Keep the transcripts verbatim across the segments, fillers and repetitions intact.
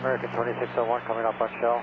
American twenty-six oh one coming up on shell.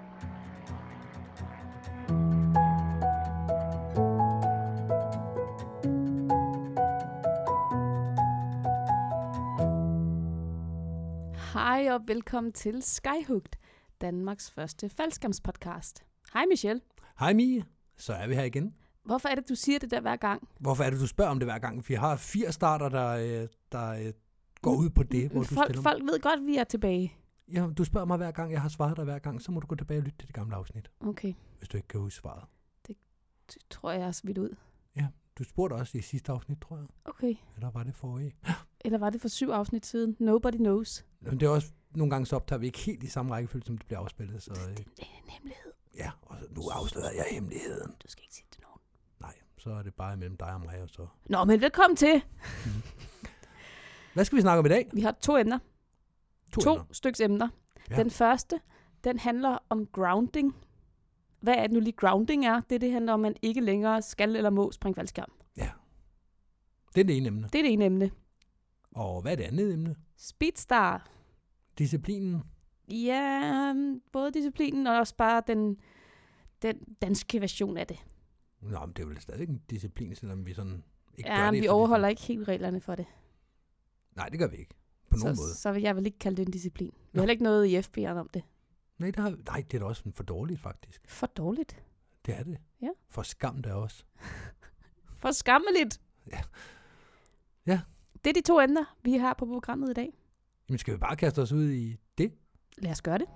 Hej og velkommen til Skyhooked, Danmarks første faldskærmspodcast. Hej Michelle. Hej Mie, så er vi her igen. Hvorfor er det, du siger det der hver gang? Hvorfor er det, du spørger om det hver gang? Vi har fire starter, der, der går ud på det, hvor du folk, stiller folk ved godt, at vi er tilbage. Ja, du spørger mig hver gang, jeg har svaret dig hver gang, så må du gå tilbage og lytte til det gamle afsnit. Okay. Hvis du ikke kan huske svaret. Det, det tror jeg er svidt ud. Ja, du spurgte også i sidste afsnit, tror jeg. Okay. Eller var det forrige? Eller var det for syv afsnit siden? Nobody knows. Men det er også, nogle gange så optager vi ikke helt i samme rækkefølge, som det bliver afspillet. Så, det er en hemmelighed. Ja, og nu afslører jeg hemmeligheden. Du skal ikke sige det til nogen. Nej, så er det bare mellem dig og mig og så. Nå, men velkommen til. Hvad skal vi snakke om i dag? Vi har to emner. To, to emner. styks emner. Ja. Den første, den handler om grounding. Hvad er det nu lige grounding er? Det, det handler om, at man ikke længere skal eller må springe faldskærm. Ja. Det er det ene emne. Det er det ene emne. Og hvad er det andet emne? Speedstar. Disciplinen. Ja, både disciplinen og også bare den, den danske version af det. Nå, men det er jo stadig en disciplin, selvom vi sådan ikke Ja, gør det. men vi overholder ikke helt reglerne for det. Nej, det gør vi ikke. På nogen så, måde. Så vil jeg vel ikke kalde det en disciplin. Vi har heller ikke noget i F B I'en om det. Nej, det, har, nej, det er da også for dårligt, faktisk. For dårligt. Det er det. Ja. For skam der også. For skammeligt. Ja. Ja. Det er de to emner, vi har på programmet i dag. Jamen, skal vi bare kaste os ud i det? Lad os gøre det.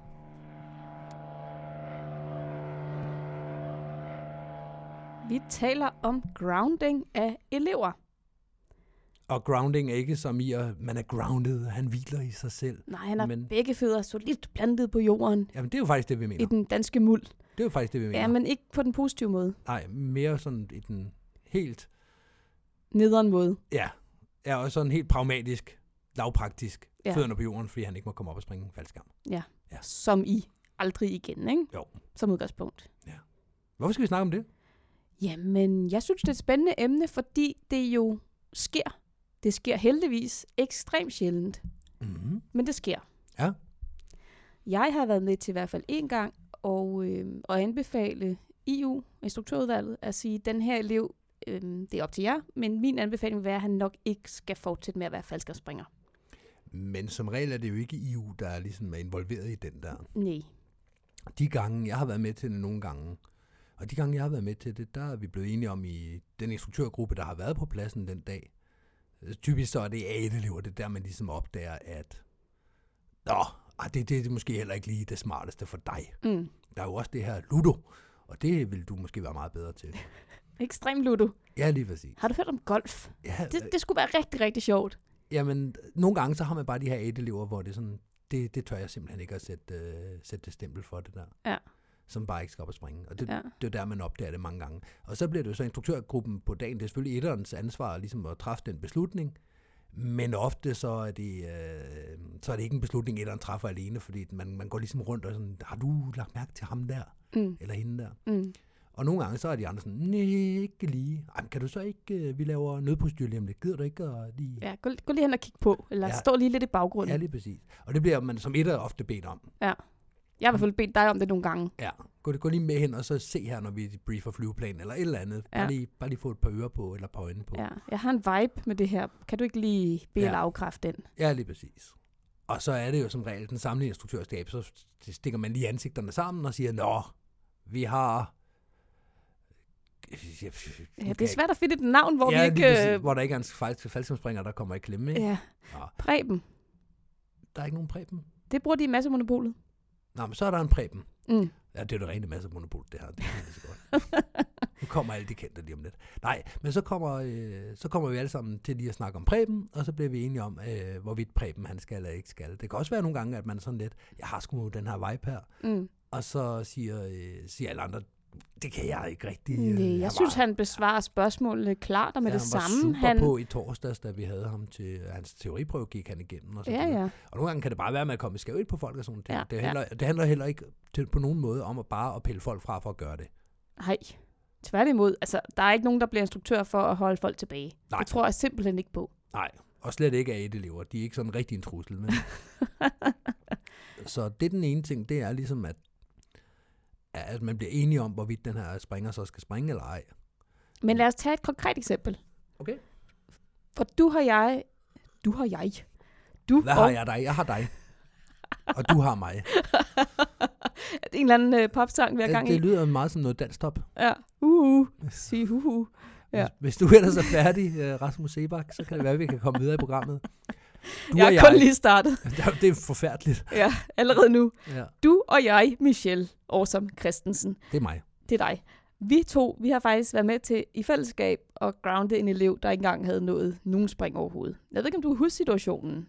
Vi taler om grounding af elever. Og grounding er ikke som i, at man er grounded, han hviler i sig selv. Nej, han har men, begge fødder solidt plantet på jorden. Jamen, det er jo faktisk det, vi mener. I den danske muld. Det er jo faktisk det, vi mener. Ja, men ikke på den positive måde. Nej, mere sådan i den helt... Nederen måde. Ja, er også sådan helt pragmatisk, lavpraktisk. Ja. Fødderne på jorden, fordi han ikke må komme op og springe en faldskærm. Ja. Ja, som i aldrig igen, ikke? Jo. Som udgangspunkt. Ja. Hvorfor skal vi snakke om det? Jamen, jeg synes, det er et spændende emne, fordi det jo sker. Det sker heldigvis ekstremt sjældent. Mm-hmm. Men det sker. Ja. Jeg har været med til i hvert fald én gang, og, øh, og anbefale I U, instruktørudvalget, at sige, at den her elev, øh, det er op til jer, men min anbefaling vil være, at han nok ikke skal fortsætte med at være faldskærmsspringer. Men som regel er det jo ikke I U, der er ligesom involveret i den der. Nej. De gange, jeg har været med til det nogle gange, og de gange, jeg har været med til det, der er vi blevet enige om i den instruktørgruppe, der har været på pladsen den dag. Typisk så er det A et-elever, det er der, man ligesom opdager, at nå, det, det er måske heller ikke lige det smarteste for dig. Mm. Der er jo også det her ludo, og det vil du måske være meget bedre til. Ekstrem ludo. Ja, lige præcis. Har du hørt om golf? Ja, Det, det skulle være rigtig, rigtig sjovt. Jamen, nogle gange så har man bare de her A et-elever, hvor det er sådan, det, det tør jeg simpelthen ikke at sætte, øh, sætte det stempel for det der. Ja. Som bare ikke skal op og springe. Og det, Ja. det er der, man opdager det mange gange. Og så bliver det jo så instruktørgruppen på dagen. Det er selvfølgelig etterens ansvar ligesom at træffe den beslutning. Men ofte så er det, øh, så er det ikke en beslutning, etteren træffer alene, fordi man, man går ligesom rundt og sådan, har du lagt mærke til ham der? Mm. Eller hende der? Mm. Og nogle gange så er de andre sådan, nej, ikke lige. Ej, kan du så ikke, øh, vi laver nødprocedur lige om lidt. Gider du ikke at lige... Ja, gå, gå lige hen og kig på, eller Ja. stå lige lidt i baggrunden. Ja, lige præcis. Og det bliver man som etter ofte bedt om. Ja. Jeg har i hvert fald bedt dig om det nogle gange. Ja, gå, gå lige med hen og så se her, når vi briefer flyveplan eller et eller andet. Ja. Bare, lige, bare lige få et par ører på, eller et par øjne på. Ja, jeg har en vibe med det her. Kan du ikke lige bede Ja. eller afkræfte den? Ja, lige præcis. Og så er det jo som regel den samlede instruktørstab, så stikker man lige ansigterne sammen og siger, nå, vi har... Ja, det er svært at finde et navn, hvor ja, vi ikke... lige præcis, Øh... hvor der ikke er en faldskærmsspringer, der kommer i klemme. Ikke? Ja, Nå, Preben. der er ikke nogen Preben. Det bruger de i massemonopolet. Nå, men så er der en Preben. Mm. Ja, det er jo det rene masse monopol, det her. Det er lige så godt. Nu kommer alle de kendte lige om lidt. Nej, men så kommer, øh, så kommer vi alle sammen til lige at snakke om Preben, og så bliver vi enige om, øh, hvorvidt Preben han skal eller ikke skal. Det kan også være nogle gange, at man sådan lidt, jeg har sgu den her vibe her, Mm. og så siger, øh, siger alle andre, det kan jeg ikke rigtig. Nej, jeg, jeg synes, han besvarer spørgsmålene klart og med ja, det han samme. var super Han på i torsdags, da vi havde ham til hans teoriprøve, gik han igennem. Og, så Ja, ja. og nogle gange kan det bare være, at man kommer skævt på folk og sådan noget. Ja, det, handler, ja. det handler heller ikke til, på nogen måde om at bare at pille folk fra for at gøre det. Nej, tværtimod. Altså, der er ikke nogen, der bliver instruktør for at holde folk tilbage. Nej. Det tror jeg simpelthen ikke på. Nej, og slet ikke af et elever. De er ikke sådan rigtig en trussel. Men... så det er den ene ting, det er ligesom, at, at man bliver enige om, hvorvidt den her springer så skal springe eller ej. Men lad os tage et konkret eksempel. Okay. For du har jeg... Du har jeg. Du Hvad og... har jeg dig? Jeg har dig. Og du har mig. Er det en eller anden uh, popsang, vi har gang i? Det lyder meget som noget danstop. Ja. Uh, sig uh, uh. Ja. Hvis, hvis du ellers er færdig, Rasmus Sebak, så kan det være, at vi kan komme videre i programmet. Du jeg og har kun jeg. lige startet. Det er forfærdeligt. Ja, allerede nu. Ja. Du og jeg, Michelle Årsom Christensen. Det er mig. Det er dig. Vi to, vi har faktisk været med til i fællesskab at grounde en elev, der ikke engang havde nået nogen spring overhovedet. Jeg ved ikke, om du husker situationen.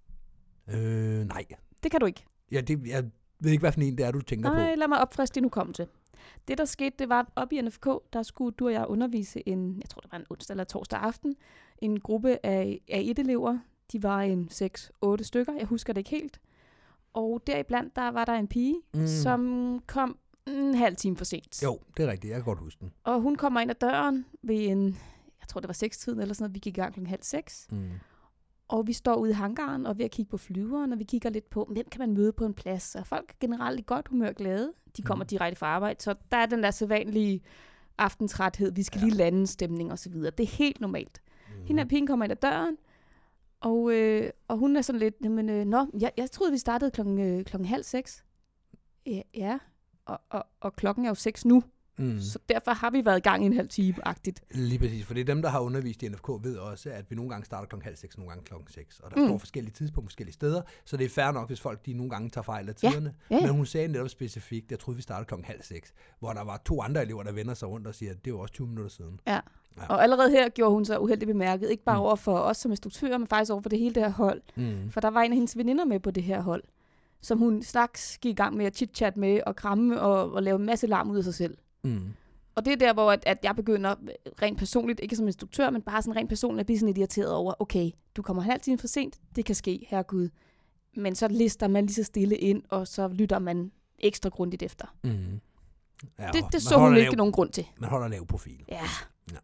Øh, nej. Det kan du ikke. Ja, det, jeg ved ikke, hvad for en det er, du tænker Nej, på. Nej, lad mig opfriske det, nu kom til. Det, der skete, det var op i N F K, der skulle du og jeg undervise en, jeg tror, det var en onsdag eller torsdag aften, en gruppe af, af et-elever. De var en seks otte stykker, jeg husker det ikke helt. Og deriblandt, der var der en pige, mm. som kom en halv time for sent. Jo, det er rigtigt. Jeg kan godt huske den. Og hun kommer ind ad døren ved en, jeg tror, det var seks-tiden eller sådan noget. Vi gik i gang klokken halv seks. Mm. Og vi står ude i hangaren og ved at kigge på flyveren, og vi kigger lidt på, hvem kan man møde på en plads. Og folk er generelt i godt humør glade. De kommer mm. direkte fra arbejde, så der er den der sædvanlige aftentræthed. Vi skal ja. lige lande en stemning og så videre. Det er helt normalt. Mm. Hende her pigen kommer ind ad døren, og, øh, og hun er sådan lidt, jamen, øh, nå, jeg, jeg troede, vi startede klokken, øh, klokken halv seks. Ja, ja. Og, og, og klokken er jo seks nu. Mm. Så derfor har vi været i gang i en halv time-agtigt. Lige præcis, for det er dem, der har undervist i N F K, ved også, at vi nogle gange starter klokken halv seks, nogle gange klokken seks. Og der mm. står forskellige tidspunkter, forskellige steder, så det er fair nok, hvis folk de nogle gange tager fejl af tiderne. Ja. Ja, ja. Men hun sagde netop specifikt, jeg troede, vi startede klokken halv seks, hvor der var to andre elever, der vender sig rundt og siger, at det var også tyve minutter siden. Ja. Ja. Og allerede her gjorde hun så uheldigt bemærket, ikke bare mm. over for os som instruktører, men faktisk over for det hele det her hold. Mm. For der var en af hendes veninder med på det her hold, som hun straks gik i gang med at chit-chat med og kramme og, og lave en masse larm ud af sig selv. Mm. Og det er der, hvor at, at jeg begynder rent personligt, ikke som instruktør, men bare sådan rent personligt at blive sådan lidt irriteret over, okay, du kommer en halv time for sent, det kan ske, herregud. Men så lister man lige så stille ind, og så lytter man ekstra grundigt efter. Mm. Ja, det det så hun ikke lav, nogen grund til. Man holder lav profil. Ja. ja.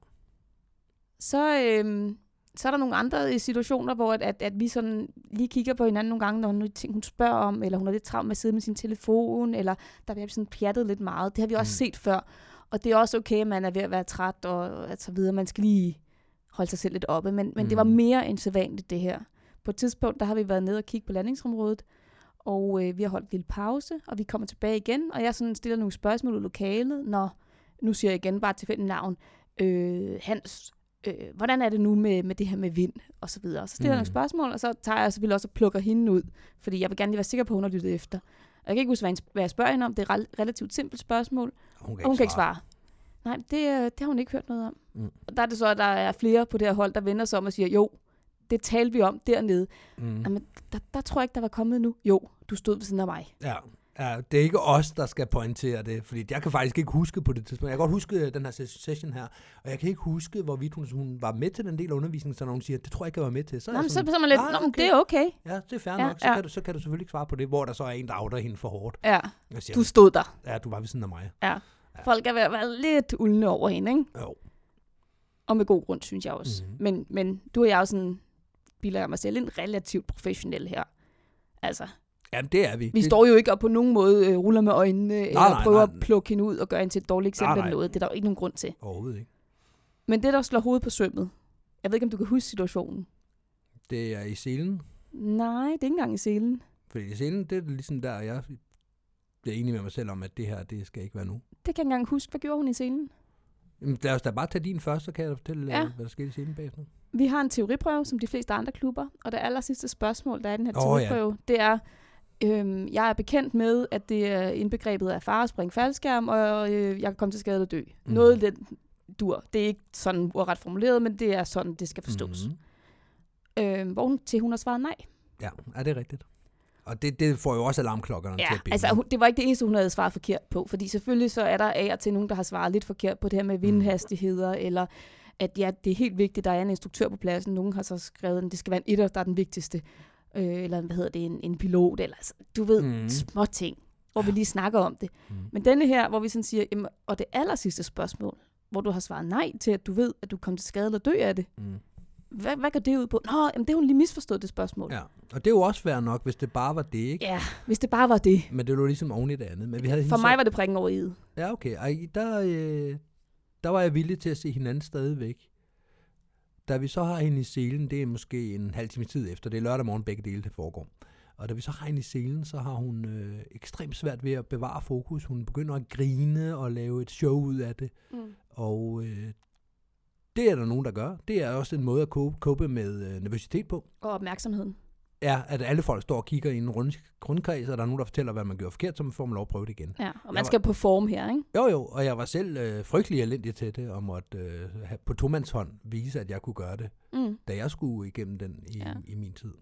Så, øhm, så er der nogle andre situationer, hvor at, at, at vi sådan lige kigger på hinanden nogle gange, når hun har ting, hun spørger om, eller hun har lidt travlt med at sidde med sin telefon, eller der bliver sådan pjattet lidt meget. Det har vi også mm. set før. Og det er også okay, at man er ved at være træt og, og så videre. Man skal lige holde sig selv lidt oppe. Men, men mm. det var mere end sædvanligt, det her. På et tidspunkt, der har vi været nede og kigge på landingsområdet, og øh, vi har holdt en lille pause, og vi kommer tilbage igen, og jeg sådan stiller nogle spørgsmål i lokalet. Nå, nu siger jeg igen bare tilfældigt navn. Øh, Hans, øh, hvordan er det nu med, med det her med vind? Og så videre. Så stiller jeg mm. nogle spørgsmål, og så tager jeg selvfølgelig også og plukker hende ud, fordi jeg vil gerne lige være sikker på, at hun har lyttet efter. Jeg kan ikke huske, hvad jeg spørger hende om. Det er et relativt simpelt spørgsmål. Hun kan, og hun kan ikke svare. Nej, det, det har hun ikke hørt noget om. Mm. Og der er det så, at der er flere på det her hold, der vender sig om og siger, jo, det talte vi om dernede. Mm. Jamen, der, der tror jeg ikke, der var kommet nu. Jo, du stod ved siden af mig. Ja, ja, det er ikke os, der skal pointere det, fordi jeg kan faktisk ikke huske på det tidspunkt. Jeg kan godt huske den her session her, og jeg kan ikke huske, hvorvidt hun, hun var med til den del af undervisningen, så når hun siger, det tror jeg ikke, jeg var med til. Så, Nå, er så, sådan, så man lidt, Nå, okay. det er okay. Ja, det er fair ja, nok. Så, ja. kan du, så kan du selvfølgelig ikke svare på det, hvor der så er en, der outer hende for hårdt. Ja, siger, du stod der. Ja, du var ved siden af mig. Ja, ja. Folk er ved at være lidt uldne over hende, ikke? Jo. Og med god grund, synes jeg også. Mm-hmm. Men, men du og jeg er jo sådan, biler jeg mig selv, en relativt professionel her. Altså... Jamen, det er vi. Vi det... står jo ikke og på nogen måde øh, ruller med øjnene, nej, eller nej, prøver nej. at plukke hende ud og gøre hende til et dårligt eksempel nej, nej. eller noget. Det er der jo ikke nogen grund til. Overhovedet ikke. Men det, der slår hovedet på sømmet, jeg ved ikke, om du kan huske situationen. Det er i selen? Nej, det er ikke engang i selen. Fordi i selen, det er ligesom der, jeg bliver enig med mig selv om, at det her, det skal ikke være nu. Det kan jeg ikke engang huske. Hvad gjorde hun i selen? Jamen, lad os da bare tage din først, så kan jeg fortælle, ja. hvad der skete i selen bagefter. Vi har en teoriprøve, som de fleste andre klubber, og det aller sidste spørgsmål, der er i den her oh, teoriprøve, ja. det er, øhm, jeg er bekendt med, at det er indbegrebet af fare, spring, faldskærm, og øh, jeg kan komme til skade eller dø. Mm. Noget den dur. Det er ikke sådan uret formuleret, men det er sådan, det skal forstås. Mm. Øhm, hvor hun til hun har svaret nej. Ja, er det rigtigt? Og det, det får jo også alarmklokkerne ja, til at binde. Altså, det var ikke det eneste, hun havde svaret forkert på, fordi selvfølgelig så er der af og til nogen, der har svaret lidt forkert på det her med vindhastigheder, mm. eller at ja, det er helt vigtigt, der er en instruktør på pladsen. Nogen har så skrevet, at det skal være en etter, der er den vigtigste. Øh, eller hvad hedder det, en, en pilot, eller altså, du ved, mm. små ting, hvor vi lige snakker om det. Mm. Men denne her, hvor vi sådan siger, jamen, og det aller sidste spørgsmål, hvor du har svaret nej til, at du ved, at du kommer til skade eller dø af det. Mm. Hvad, hvad går det ud på? Nå, jamen, det har hun lige misforstået, det spørgsmål. Ja, og det er jo også fair nok, hvis det bare var det, ikke? Ja, hvis det bare var det. Men det lå ligesom oven i det andet. Men vi havde For hende mig så... var det prikken over i. Ja, okay. Ej, der, øh, der var jeg villig til at se hinanden stadigvæk. Da vi så har hende i selen, det er måske en halv time tid efter, det er lørdag morgen, begge dele det foregår. Og da vi så har hende i selen, så har hun øh, ekstremt svært ved at bevare fokus. Hun begynder at grine og lave et show ud af det. Mm. Og øh, det er der nogen, der gør. Det er også en måde at cope med øh, nervøsitet på. Og opmærksomheden. Ja, at alle folk står og kigger i en rund, rundkreds, og der er nogen, der fortæller, hvad man gør forkert, så man får man lov at prøve det igen. Ja, og man jeg skal var, performe her, ikke? Jo, jo, og jeg var selv øh, frygtelig elendig til det, og måtte øh, have, på tomandshånd vise, at jeg kunne gøre det, mm. da jeg skulle igennem den i, ja. i min tid.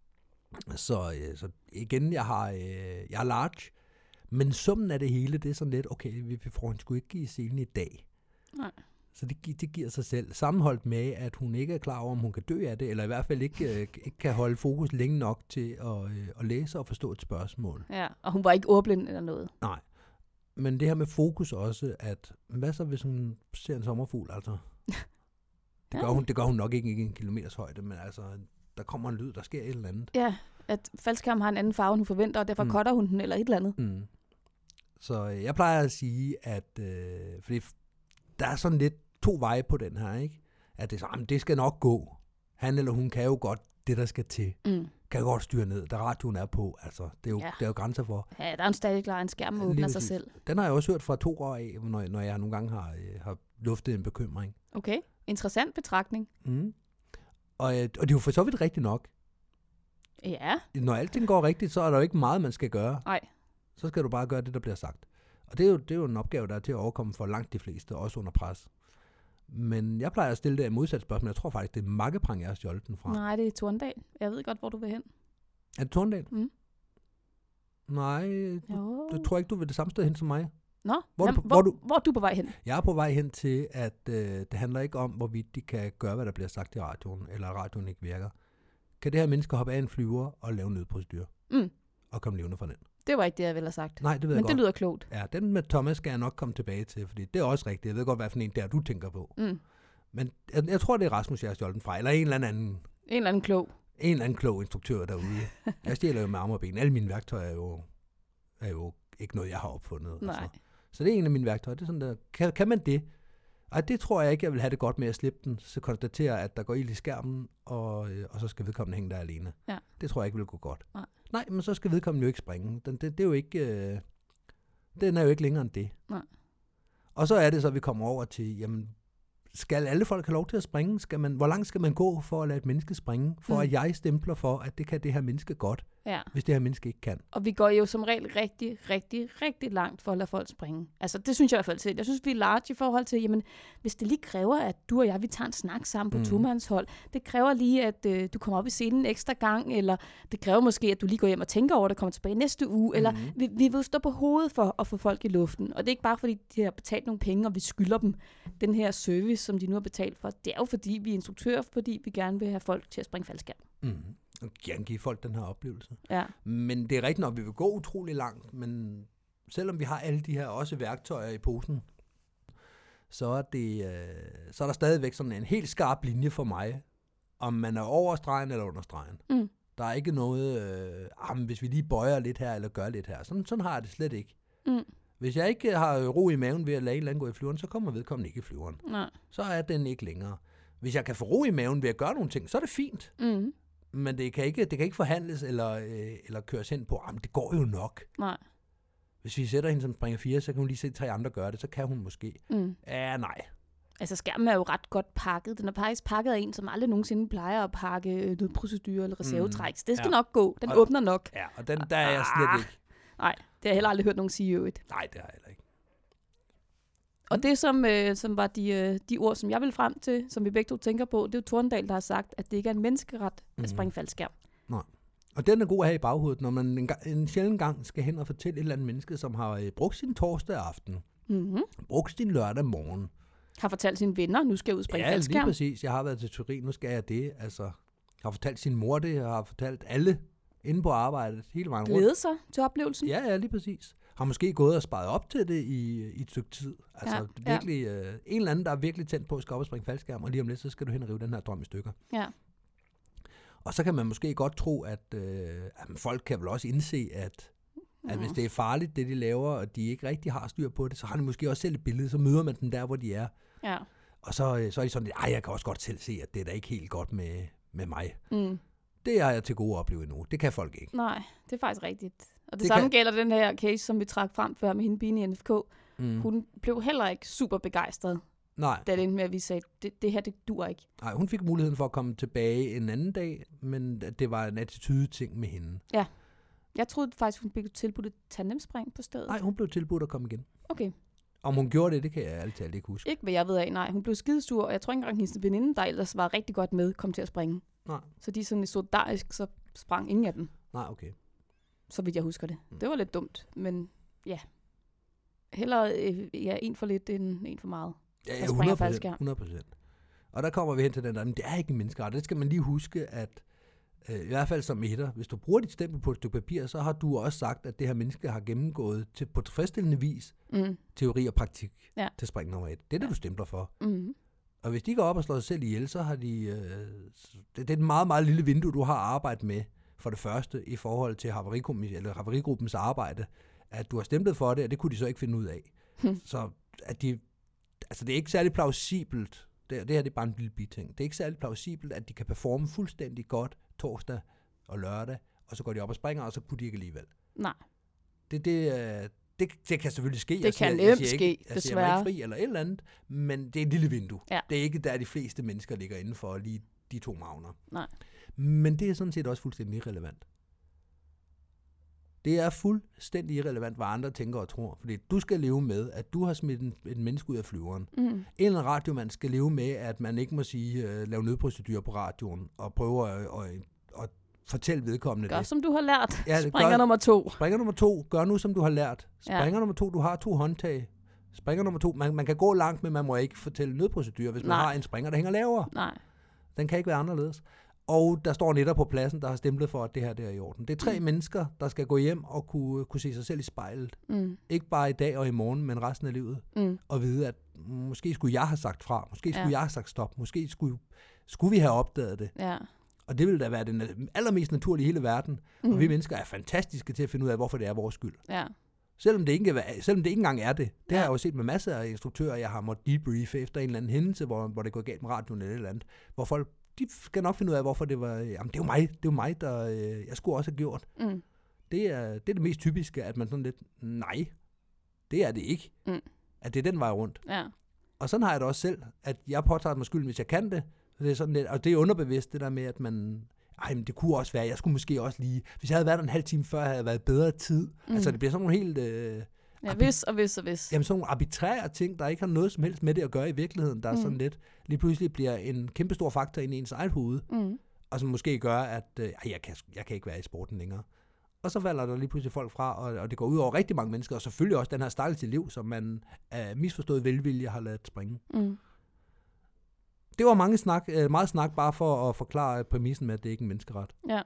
Så, øh, så igen, jeg har, øh, jeg er large, men summen af det hele, det er sådan lidt, okay, vi, vi får hende sgu ikke give selen i dag. Nej. Så det, det giver sig selv. Sammenholdt med, at hun ikke er klar over, om hun kan dø af det, eller i hvert fald ikke, øh, ikke kan holde fokus længe nok til at, øh, at læse og forstå et spørgsmål. Ja, og hun var ikke ordblind eller noget. Nej. Men det her med fokus også, at hvad så, hvis hun ser en sommerfugl, altså? Det gør, ja. hun, det gør hun nok ikke i en kilometers højde, men altså, der kommer en lyd, der sker et eller andet. Ja, at faldskærmen har en anden farve, end hun forventer, og derfor mm. cutter hun den eller et eller andet. Mm. Så øh, jeg plejer at sige, at øh, fordi der er sådan lidt to veje på den her, ikke? At det, er så, jamen, det skal nok gå. Han eller hun kan jo godt det, der skal til. Mm. Kan godt styre ned, da radioen er på. Altså, det er jo, ja. det er jo grænser for. Ja, der er en stadig klar en skærm, der åbner sig selv. Den har jeg også hørt fra to år af, når, når jeg nogle gange har, øh, har luftet en bekymring. Okay, interessant betragtning. Mm. Og, og det er jo for så vidt rigtigt nok. Ja. Når alting går rigtigt, så er der jo ikke meget, man skal gøre. Nej. Så skal du bare gøre det, der bliver sagt. Og det er, jo, det er jo en opgave, der er til at overkomme for langt de fleste, også under pres. Men jeg plejer at stille det i modsat spørgsmål. Jeg tror faktisk, det er Makkeprang, jeg har stjålet den fra. Nej, det er Torndal. Jeg ved godt, hvor du vil hen. Er det Torndal? Mm. Nej, du, du tror ikke, du vil det samme sted hen som mig. Nå, hvor, jamen, du, hvor, hvor, du, hvor er du på vej hen? Jeg er på vej hen til, at øh, det handler ikke om, hvorvidt de kan gøre, hvad der bliver sagt i radioen, eller radioen ikke virker. Kan det her menneske hoppe af en flyver og lave en nødprocedur? Mm. Og komme levende fra den? Det var ikke det, jeg ville have sagt. Nej, det ved Men jeg det godt. lyder klogt. Ja, den med Thomas skal jeg nok komme tilbage til, fordi det er også rigtigt. Jeg ved godt, hvad for en der du tænker på. Mm. Men jeg, jeg tror, det er Rasmus, jeg har stjålet den fra, eller en eller anden. En eller anden klog. En eller anden klog instruktør derude. Jeg stjæler jo med arme og ben. Alle mine værktøjer er jo, er jo ikke noget, jeg har opfundet. Nej. Altså. Så det er en af mine værktøjer. Det er sådan der, kan, kan man det? Ej, det tror jeg ikke, jeg vil have det godt med at slippe den, så konstatere, at der går ild i skærmen, og, øh, og så skal vedkommende hænge der alene. Ja. Det tror jeg ikke vil gå godt. Nej. Nej, men så skal vedkommende jo ikke springe. Den, det, det er jo ikke, øh, den er jo ikke længere end det. Nej. Og så er det så, at vi kommer over til, jamen, skal alle folk have lov til at springe? Skal man, hvor langt skal man gå for at lade et menneske springe? For mm. at jeg stempler for, at det kan det her menneske godt, ja. Hvis det her menneske ikke kan. Og vi går jo som regel rigtig, rigtig, rigtig langt for at lade folk springe. Altså, det synes jeg i hvert fald til. Jeg synes, vi er large i forhold til, jamen, hvis det lige kræver, at du og jeg, vi tager en snak sammen på mm. tomandshold. Det kræver lige, at øh, du kommer op i scenen en ekstra gang, eller det kræver måske, at du lige går hjem og tænker over, at kommer tilbage næste uge, mm. eller vi, vi vil stå på hovedet for at få folk i luften. Og det er ikke bare, fordi de har betalt nogle penge, og vi skylder dem den her service, som de nu har betalt for. Det er jo fordi, vi er instruktører, fordi vi gerne vil have folk til at springe faldskærm. Mm. Og gerne give folk den her oplevelse. Ja. Men det er rigtigt nok, vi vil gå utrolig langt, men selvom vi har alle de her også værktøjer i posen, så er, det, øh, så er der stadigvæk sådan en helt skarp linje for mig, om man er over stregen eller under stregen. Mm. Der er ikke noget, øh, ah, hvis vi lige bøjer lidt her, eller gør lidt her. Sådan, sådan har jeg det slet ikke. Mm. Hvis jeg ikke har ro i maven ved at lade en eller anden gå i flyveren, så kommer vedkommende ikke i flyveren. Nej. Så er den ikke længere. Hvis jeg kan få ro i maven ved at gøre nogle ting, så er det fint. Mm. Men det kan ikke, det kan ikke forhandles eller, øh, eller køres hen på, jamen det går jo nok. Nej. Hvis vi sætter hende som springer fire, så kan hun lige se tre andre gøre det, så kan hun måske. Mm. Ja, nej. Altså skærmen er jo ret godt pakket. Den er faktisk pakket af en, som aldrig nogensinde plejer at pakke nødprocedurer eller reservetræk. Mm. Det skal ja. nok gå. Den og, åbner nok. Ja, og den der er jeg slet ikke. Nej, det har jeg heller aldrig hørt nogen sige i øvrigt. Nej, det har jeg heller ikke. Og det, som, øh, som var de, øh, de ord, som jeg vil frem til, som vi begge to tænker på, det er jo Torndal, der har sagt, at det ikke er en menneskeret at springe faldskærm. Nej. Og den er god at have i baghovedet, når man en, en sjældent gang skal hen og fortælle et eller andet menneske, som har øh, brugt sin torsdag aften, mm-hmm. brugt sin lørdag morgen. Har fortalt sine venner, nu skal jeg ud og springe ja, faldskærm. Ja, lige præcis. Jeg har været til Turin, nu skal jeg det. Altså, har fortalt sin mor det, jeg har fortalt alle inde på arbejdet hele vejen rundt. Glæde sig til oplevelsen. Ja, ja, lige præcis. har måske gået og sparet op til det i, i et stykke tid. Altså Ja, virkelig, øh, en eller anden, der er virkelig tændt på at skal op og springe faldskærm, og lige om lidt, så skal du hen og rive den her drøm i stykker. Ja. Og så kan man måske godt tro, at, øh, at folk kan vel også indse, at, at hvis det er farligt, det de laver, og de ikke rigtig har styr på det, så har de måske også selv et billede, så møder man dem der, hvor de er. Ja. Og så, øh, så er de sådan, at jeg kan også godt selv se, at det er da ikke helt godt med, med mig. Mm. Det har jeg til gode at opleve endnu. Det kan folk ikke. Nej, det er faktisk rigtigt. Og det, Det det samme kan- gælder den her case, som vi trak frem før med hende Bini i N F K. Mm. Hun blev heller ikke super begejstret, Nej. da det endte med, at vi sagde, det, det her, det dur ikke. Nej, hun fik muligheden for at komme tilbage en anden dag, men det var en attitude-ting med hende. Jeg troede faktisk, hun blev tilbudt et tandemspring på stedet. Nej, hun blev tilbudt at komme igen. Okay. Om hun gjorde det, det kan jeg ærligt talt ikke huske. Ikke hvad jeg ved af, nej. Hun blev skidesur, og jeg tror ikke engang, hendes veninde, der ellers var rigtig godt med, kom til at springe. Nej. Så de sådan solidarisk, så sprang ingen af dem, Nej, okay. så vidt jeg husker det. Mm. Det var lidt dumt, men ja. Hellere øh, ja, en for lidt end en for meget. Ja, Der ja, springer hundrede procent, faldskærm. hundrede procent. Og der kommer vi hen til den der, men det er ikke en menneskeret. Det skal man lige huske, at øh, i hvert fald som etter, hvis du bruger dit stempel på et stykke papir, så har du også sagt, at det her menneske har gennemgået til, på tilfredsstillende vis Mm. teori og praktik Ja. til spring nummer et. Det er det, Ja. du stempler for. Mm. Og hvis de går op og slår sig selv ihjel, så har de... Øh, det, det er et meget, meget lille vindue, du har arbejdet med, for det første, i forhold til havarigruppen, eller havarigruppens arbejde, at du har stemplet for det, og det kunne de så ikke finde ud af. Hmm. Så at de... Altså, det er ikke særlig plausibelt. Det, det her det er bare en lille biting. Det er ikke særlig plausibelt, at de kan performe fuldstændig godt torsdag og lørdag, og så går de op og springer, og så kunne de ikke alligevel. Nej. Det, det, øh, det, det kan selvfølgelig ske. Det Jeg kan siger- nemt jeg siger ikke, ske, jeg siger mig desværre. ikke fri eller et eller andet, men det er et lille vindue. Ja. Det er ikke der, de fleste mennesker ligger inden for lige de to magner. Nej. Men det er sådan set også fuldstændig irrelevant. Det er fuldstændig irrelevant, hvad andre tænker og tror. Fordi du skal leve med, at du har smidt en, en menneske ud af flyveren. Mm. En eller anden radiomand skal leve med, at man ikke må sige, uh, lave nødprocedurer på radioen, og prøve at, at, at fortælle vedkommende Gør det. som du har lært. Ja, det Springer gør- nummer to. Springer nummer to, gør nu, som du har lært. Ja. Springer nummer to, du har to håndtag. Springer nummer to, man, man kan gå langt, men man må ikke fortælle nødprocedurer, hvis man Nej. har en springer, der hænger lavere. Nej. Den kan ikke være anderledes. Og der står en etter på pladsen, der har stemplet for, at det her det er i orden. Det er tre Mm. mennesker, der skal gå hjem og kunne, kunne se sig selv i spejlet. Mm. Ikke bare i dag og i morgen, men resten af livet. Mm. Og vide, at måske skulle jeg have sagt fra. Måske skulle Ja. jeg have sagt stop. Måske skulle, skulle vi have opdaget det. Ja. Og det ville da være det allermest naturlige i hele verden. Mm. Og vi mennesker er fantastiske til at finde ud af, hvorfor det er vores skyld. Ja. Selvom det ikke, er- selvom det ikke engang er det. Det Ja. har jeg jo set med masser af instruktører, jeg har måttet debriefe efter en eller anden hændelse, hvor, hvor det går galt med radioen eller et eller andet. Hvor folk, de skal nok finde ud af, hvorfor det var, jamen det er jo mig, det er jo mig, der øh, jeg skulle også have gjort. Mm. Det er, det er det mest typiske, at man sådan lidt, nej, det er det ikke. Mm. At det er den vej rundt. Ja. Og sådan har jeg det også selv, at jeg påtager mig skylden, hvis jeg kan det. Så det er sådan lidt, og det er underbevidst, det der med, at man, ej, men det kunne også være, jeg skulle måske også lige, hvis jeg havde været der en halv time før, havde jeg været bedre tid. Mm. Altså det bliver sådan nogle helt... Øh, Ja, hvis og hvis og hvis. Jamen sådan nogle arbitrære ting, der ikke har noget som helst med det at gøre i virkeligheden, der er Mm. sådan lidt, lige pludselig bliver en kæmpe stor faktor ind i ens eget hoved, Mm. og som måske gør, at øh, ej, jeg, kan, jeg kan ikke være i sporten længere. Og så falder der lige pludselig folk fra, og, og det går ud over rigtig mange mennesker, og selvfølgelig også den her stakkels elev, som man af misforstået velvilje har ladet springe. Mm. Det var mange snak, øh, meget snak bare for at forklare præmissen med, at det ikke er en menneskeret. Ja.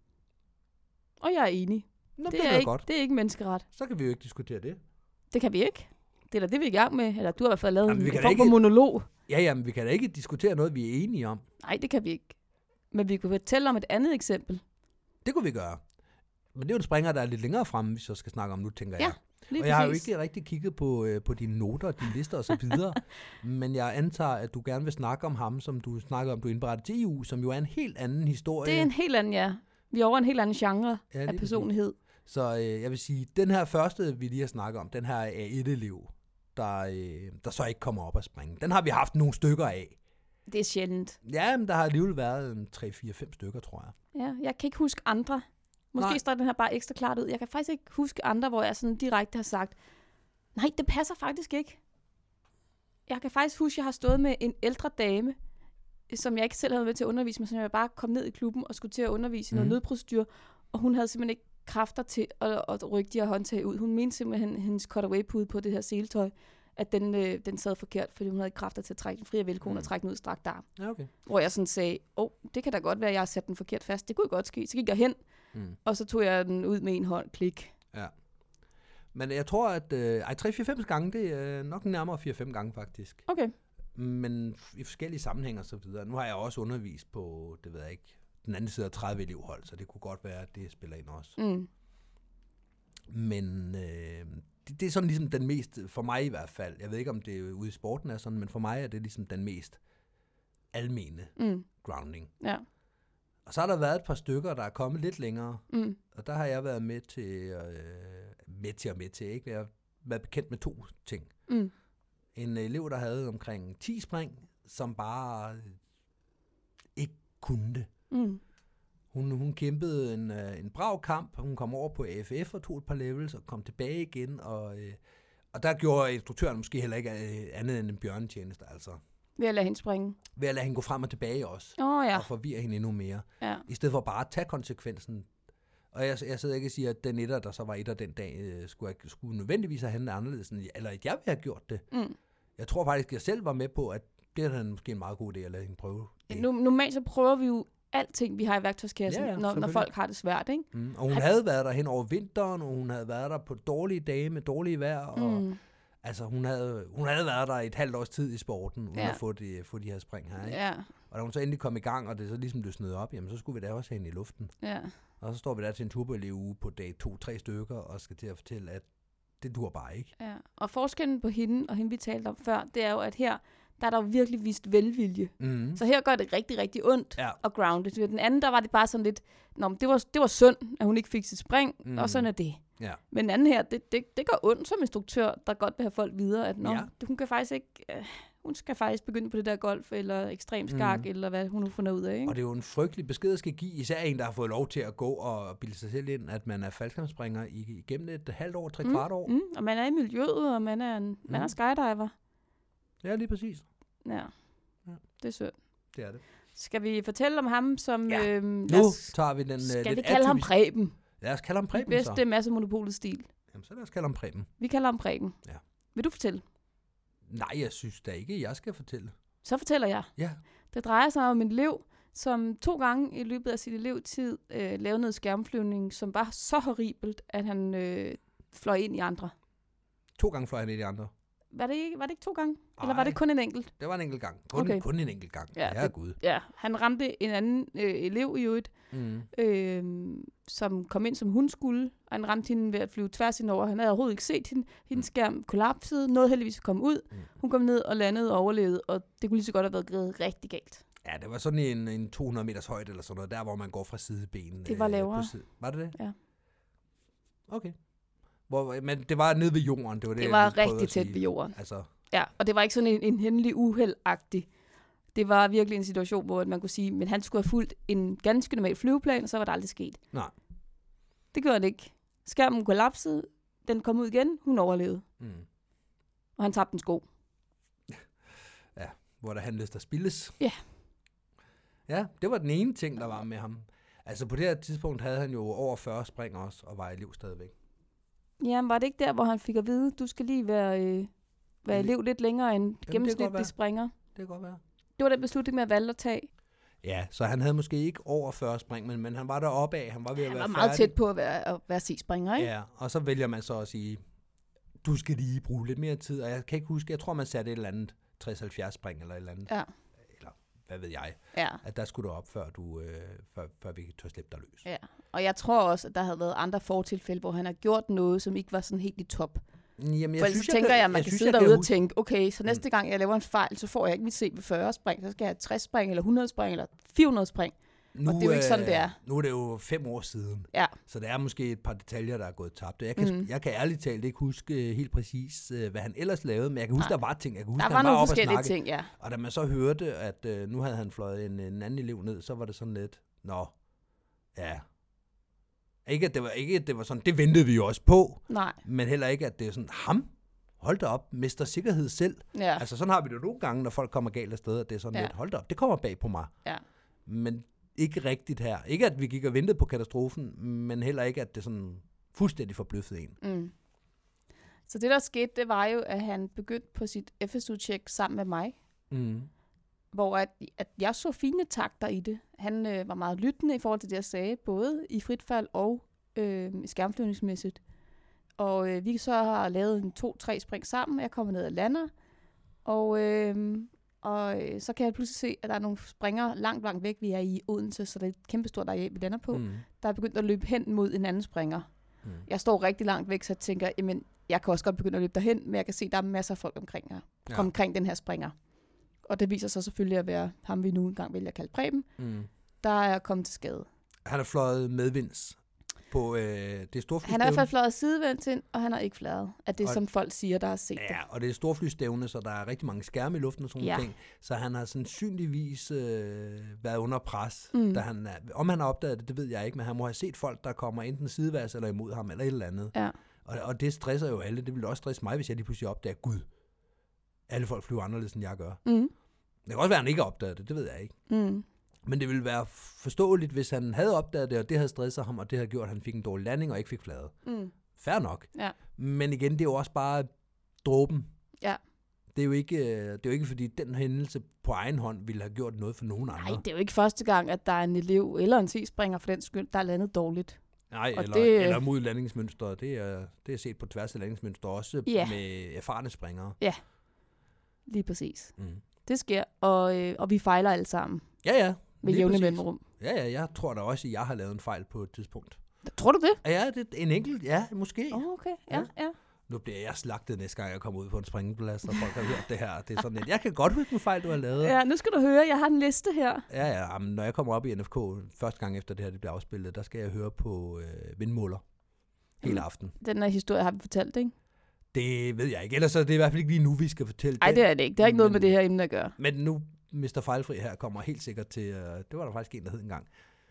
Og jeg er enig. Nå, Det, det, er er ikke, godt. det er ikke menneskeret. Så kan vi jo ikke diskutere det. Det kan vi ikke. Det er da det, vi er i gang med. Eller du har i hvert fald lavet Jamen, vi en kan form da for ikke- monolog. Ja, jamen, vi kan da ikke diskutere noget, vi er enige om. Nej, det kan vi ikke. Men vi kunne fortælle om et andet eksempel. Det kunne vi gøre. Men det er jo en springer, der er lidt længere fremme, hvis jeg skal snakke om nu, tænker Ja, jeg. lige Og jeg har jo præcis. ikke rigtig kigget på, øh, på dine noter, dine lister osv., men jeg antager, at du gerne vil snakke om ham, som du snakker om, du indberetter til E U, som jo er en helt anden historie. Det er en helt anden, ja. Vi er over en helt anden genre Ja, af lige personlighed. Så øh, jeg vil sige, den her første, vi lige har snakket om, den her er et elev, der, øh, der så ikke kommer op at springe. Den har vi haft nogle stykker af. Det er sjældent. Ja, men der har alligevel været en tre, fire, fem stykker, tror jeg. Ja, jeg kan ikke huske andre. Måske Nej. står den her bare ekstra klart ud. Jeg kan faktisk ikke huske andre, hvor jeg sådan direkte har sagt, nej, det passer faktisk ikke. Jeg kan faktisk huske, at jeg har stået med en ældre dame, som jeg ikke selv havde med til at undervise, men som jeg bare kom ned i klubben og skulle til at undervise i noget Mhm. nødprocedur, og hun havde simpelthen ikke kræfter til at, at rykke de her håndtag ud. Hun mente simpelthen, at hendes cutaway-pude på det her seletøj, at den, øh, den sad forkert, fordi hun havde ikke kræfter til at trække den fri af velcroen Mm. og trække den ud i strakt arm. Ja, okay. Hvor jeg sådan sagde, åh, oh, det kan da godt være, at jeg har sat den forkert fast. Det kunne godt ske. Så gik jeg hen, Mm. og så tog jeg den ud med en hånd, klik. Ja. Men jeg tror, at øh, ej, tre fire fem gange, det er nok nærmere fire fem gange faktisk. Okay. Men i forskellige sammenhænge og så videre. Nu har jeg også undervist på, det ved jeg ikke, den anden side af tredive elevhold, så det kunne godt være, at det spiller ind også. Mm. Men øh, det, det er sådan ligesom den mest, for mig i hvert fald, jeg ved ikke, om det er ude i sporten er sådan, men for mig er det ligesom den mest almene Mm. grounding. Ja. Og så har der været et par stykker, der er kommet lidt længere, Mm. og der har jeg været med til, øh, med til og med til, ikke? Jeg har været bekendt med to ting. Mm. En elev, der havde omkring ti spring, som bare ikke kunne det. Mm. Hun, hun kæmpede en, øh, en brav kamp, hun kom over på A F F og tog et par levels og kom tilbage igen, og, øh, og der gjorde instruktøren måske heller ikke øh, andet end en bjørnetjeneste, altså. Ved at lade hende springe. Ved at lade hende gå frem og tilbage også, Åh oh, ja. og forvirre hende endnu mere, ja. i stedet for bare at tage konsekvensen. Og jeg, jeg sidder ikke og siger, at den etter, der så var etter den dag, øh, skulle, jeg, skulle nødvendigvis have handlet anderledes, end, eller at jeg ville have gjort det. Mm. Jeg tror faktisk, at jeg selv var med på, at det er måske en meget god idé at lade hende prøve. Nu, normalt så prøver vi jo alting, vi har i værktøjskassen, Ja, ja, når, når folk har det svært, ikke? Mm. Og hun Han- havde været der hen over vinteren, og hun havde været der på dårlige dage med dårlige vejr, og Mm. altså hun havde, hun havde været der et halvt års tid i sporten, uden Ja. at få de, få de her spring her, ikke? Ja, Og da hun så endelig kom i gang, og det så ligesom løsnede op, jamen så skulle vi da også have hende i luften. ja. Og så står vi der til en turboelev på dag to-tre stykker, og skal til at fortælle, at det dur bare ikke. Ja, og forskellen på hende og hende, vi talte om før, det er jo, at her, der er der jo virkelig vist velvilje. Mm. Så her gør det rigtig, rigtig ondt Ja. at grounde. Ved den anden, der var det bare sådan lidt, Nå, men det var, det var synd, at hun ikke fik sit spring, Mm. og sådan er det. Ja. Men den anden her, det, det, det gør ondt som instruktør, der godt vil have folk videre, at Nå, Ja. hun kan faktisk ikke, øh, hun skal faktisk begynde på det der golf, eller ekstrem skak, Mm. eller hvad hun nu finder ud af, ikke? Og det er jo en frygtelig besked, at skal give, især en, der har fået lov til at gå og bilde sig selv ind, at man er faldskærmsspringer i- igennem et halvt år, tre Mm, kvart år. Mm, og man er i miljøet, og man er, en, man er Mm. skydiver. Ja, lige præcis. Ja, Ja. det er sødt. Det er det. Skal vi fortælle om ham, som... Ja. Øhm, Nu lad os, tager vi den uh, skal lidt vi kalde ham atypiske- Preben? Lad os kalde ham Den Preben, bedste så. masse monopolet-stil. Jamen, så lad os kalde ham Preben. Vi kalder ham Preben. Ja. Vil du fortælle? Nej, jeg synes da ikke, jeg skal fortælle. Så fortæller jeg. Ja. Det drejer sig om en elev, som to gange i løbet af sin elevtid øh, lavede noget skærmflyvning, som var så horribelt, at han øh, fløj ind i andre. To gange fløj han i de andre. Var det ikke, var det ikke to gange? Eller var Ej. det kun en enkelt? Det var en enkelt gang. Kun, Okay. kun en enkelt gang. Ja, Ja, det- gud. Ja, han ramte en anden øh, elev i øvrigt, Mm. øh, som kom ind, som hun skulle, og han ramte hende ved at flyve tværs ind over. Han havde overhovedet ikke set hende. Hendes skærm kollapsede, nåede heldigvis at komme ud. Mm. Hun kom ned og landede og overlevede, og det kunne lige så godt have været gået rigtig galt. Ja, det var sådan en, en to hundrede meters højde eller sådan noget, der hvor man går fra sidebenen. Det var øh, lavere. på side. Var det det? Ja. Okay. Hvor, men det var nede ved jorden, det var det, Det jeg var lige prøvede rigtig at tæt sige. ved jorden. Altså, Ja, og det var ikke sådan en, en hændelig uheldagtig. Det var virkelig en situation, hvor man kunne sige, men han skulle have fulgt en ganske normal flyveplan, og så var det aldrig sket. nej. Det gjorde det ikke. Skærmen kollapsede, den kom ud igen, hun overlevede, Mm. og han tabte en sko. Hvor der handles der spildes. Ja. Ja, det var den ene ting, der var med ham. Altså på det her tidspunkt havde han jo over fyrre spring også, og var elev stadigvæk. Jamen, var det ikke der, hvor han fik at vide, du skal lige være, øh, være elev lidt længere end godt være. gennemsnitlig springer? Det kan godt være. Det var den beslutning med at valge at tage. Ja, så han havde måske ikke over fyrre spring, men, men han var deroppe af. Han var ved at Han være var meget færdig. tæt på at være, at være C-springer, ikke? Ja, og så vælger man så at sige, du skal lige bruge lidt mere tid. Og jeg kan ikke huske, jeg tror, man satte et eller andet tres halvfjerds spring eller et eller andet. Ja. Eller hvad ved jeg. Ja. At der skulle du op, før, du, øh, før, før vi tør slippe dig løs. Ja, og jeg tror også, at der havde været andre fortilfælde, hvor han har gjort noget, som ikke var sådan helt i top. Jamen, For ellers så tænker jeg, at man kan synes, sidde jeg derude og huske- tænke, okay, så næste gang jeg laver en fejl, så får jeg ikke mit C ved fyrre spring, så skal jeg have tres spring, eller hundrede spring, eller fire hundrede spring. Nu, Og det er jo ikke sådan, øh, det er. Nu er det jo fem år siden, Ja, så der er måske et par detaljer, der er gået tabt. Jeg kan, Mhm. jeg kan ærligt talt ikke huske øh, helt præcis, øh, hvad han ellers lavede, men jeg kan huske, Nej. der var ting. Jeg kan huske, der han var nogle oppe at forskellige snakke. ting, ja. Og da man så hørte, at øh, nu havde han fløjet en, en anden elev ned, så var det sådan lidt, nå, ja. Ikke at det var, ikke, at det var sådan, det ventede vi jo også på, Nej, men heller ikke, at det er sådan, ham, hold da op, mister sikkerhed selv. ja. Altså sådan har vi det jo nogle gange, når folk kommer galt afsted, at det er sådan Ja. lidt, hold da op, det kommer bag på mig. Ja. Men ikke rigtigt her. Ikke at vi gik og ventede på katastrofen, men heller ikke, at det sådan fuldstændig forbløffede en. Mm. Så det, der skete, det var jo, at han begyndte på sit F S U-tjek sammen med mig, Mm. hvor at, at jeg så fine takter i det. Han øh, var meget lyttende i forhold til det, jeg sagde, både i frit fald og øh, skærmflyvningsmæssigt. Og øh, vi så har lavet en to-tre spring sammen. Jeg kommer ned og lander. Og, øh, og øh, så kan jeg pludselig se, at der er nogle springer langt, langt væk. Vi er i Odense, så det er et kæmpe stort areal, vi lander på. Mm. Der er begyndt at løbe hen mod en anden springer. Mm. Jeg står rigtig langt væk, så jeg tænker, jamen, jeg kan også godt begynde at løbe derhen, men jeg kan se, at der er masser af folk omkring, her, ja. omkring den her springer. Og det viser sig selvfølgelig at være ham, vi nu engang vælger at kalde Preben, mm. der er kommet til skade. Han er fløjet medvinds på øh, det storflystævne. Han er i hvert fald fløjet sidevendt ind, og han har ikke flaget. At det er, som folk siger, der har set ja, det. Ja, og det er storflystævne, så der er rigtig mange skærme i luften og sådan ja. ting. Så han har sandsynligvis øh, været under pres. Mm. Da han er, om han har opdaget det, det ved jeg ikke, men han må have set folk, der kommer enten sideværs eller imod ham, eller et eller andet. Ja. Og, og det stresser jo alle. Det ville også stresse mig, hvis jeg lige pludselig opdager, gud, alle folk flyver anderledes, end jeg gør. Mm. Det kan også være, at han ikke har opdaget det, det ved jeg ikke. Mm. Men det ville være forståeligt, hvis han havde opdaget det, og det havde stresset ham, og det havde gjort, at han fik en dårlig landing og ikke fik fladet. Mm. Fair nok. Ja. Men igen, det er jo også bare dråben. Ja. Det er jo ikke, det er jo ikke fordi den hændelse på egen hånd ville have gjort noget for nogen andre. Nej, det er jo ikke første gang, at der er en elev eller en C-springer for den skyld, der er landet dårligt. Nej, eller, det, eller mod landingsmønstret. Det er, det er set på tværs af landingsmønstret, også ja. med erfarne springere. Ja, lige præcis. Mm. Det sker, og, øh, og vi fejler alle sammen. Ja, ja. Med jævne mellemrum. Ja, ja, jeg tror da også, at jeg har lavet en fejl på et tidspunkt. Tror du det? Ja, det er en enkelt, ja, måske. Oh, okay, ja, ja. ja. Nu bliver jeg slagtet næste gang, jeg kommer ud på en springeplads, og folk har hørt det her. Det er sådan, at jeg kan godt huske en fejl, du har lavet. Ja, nu skal du høre, jeg har en liste her. Ja, ja, jamen, når jeg kommer op i N F K første gang efter det her, det bliver afspillet, der skal jeg høre på øh, vindmåler hele aften. Den her historie har vi fortalt, ikke? Det ved jeg ikke. Ellers er det i hvert fald ikke lige nu, vi skal fortælle. Nej, det er det ikke. Det har ikke men, noget med det her emne at gøre. Men nu, mister Fejlfri her kommer helt sikkert til, uh, det var der faktisk en, der hed engang.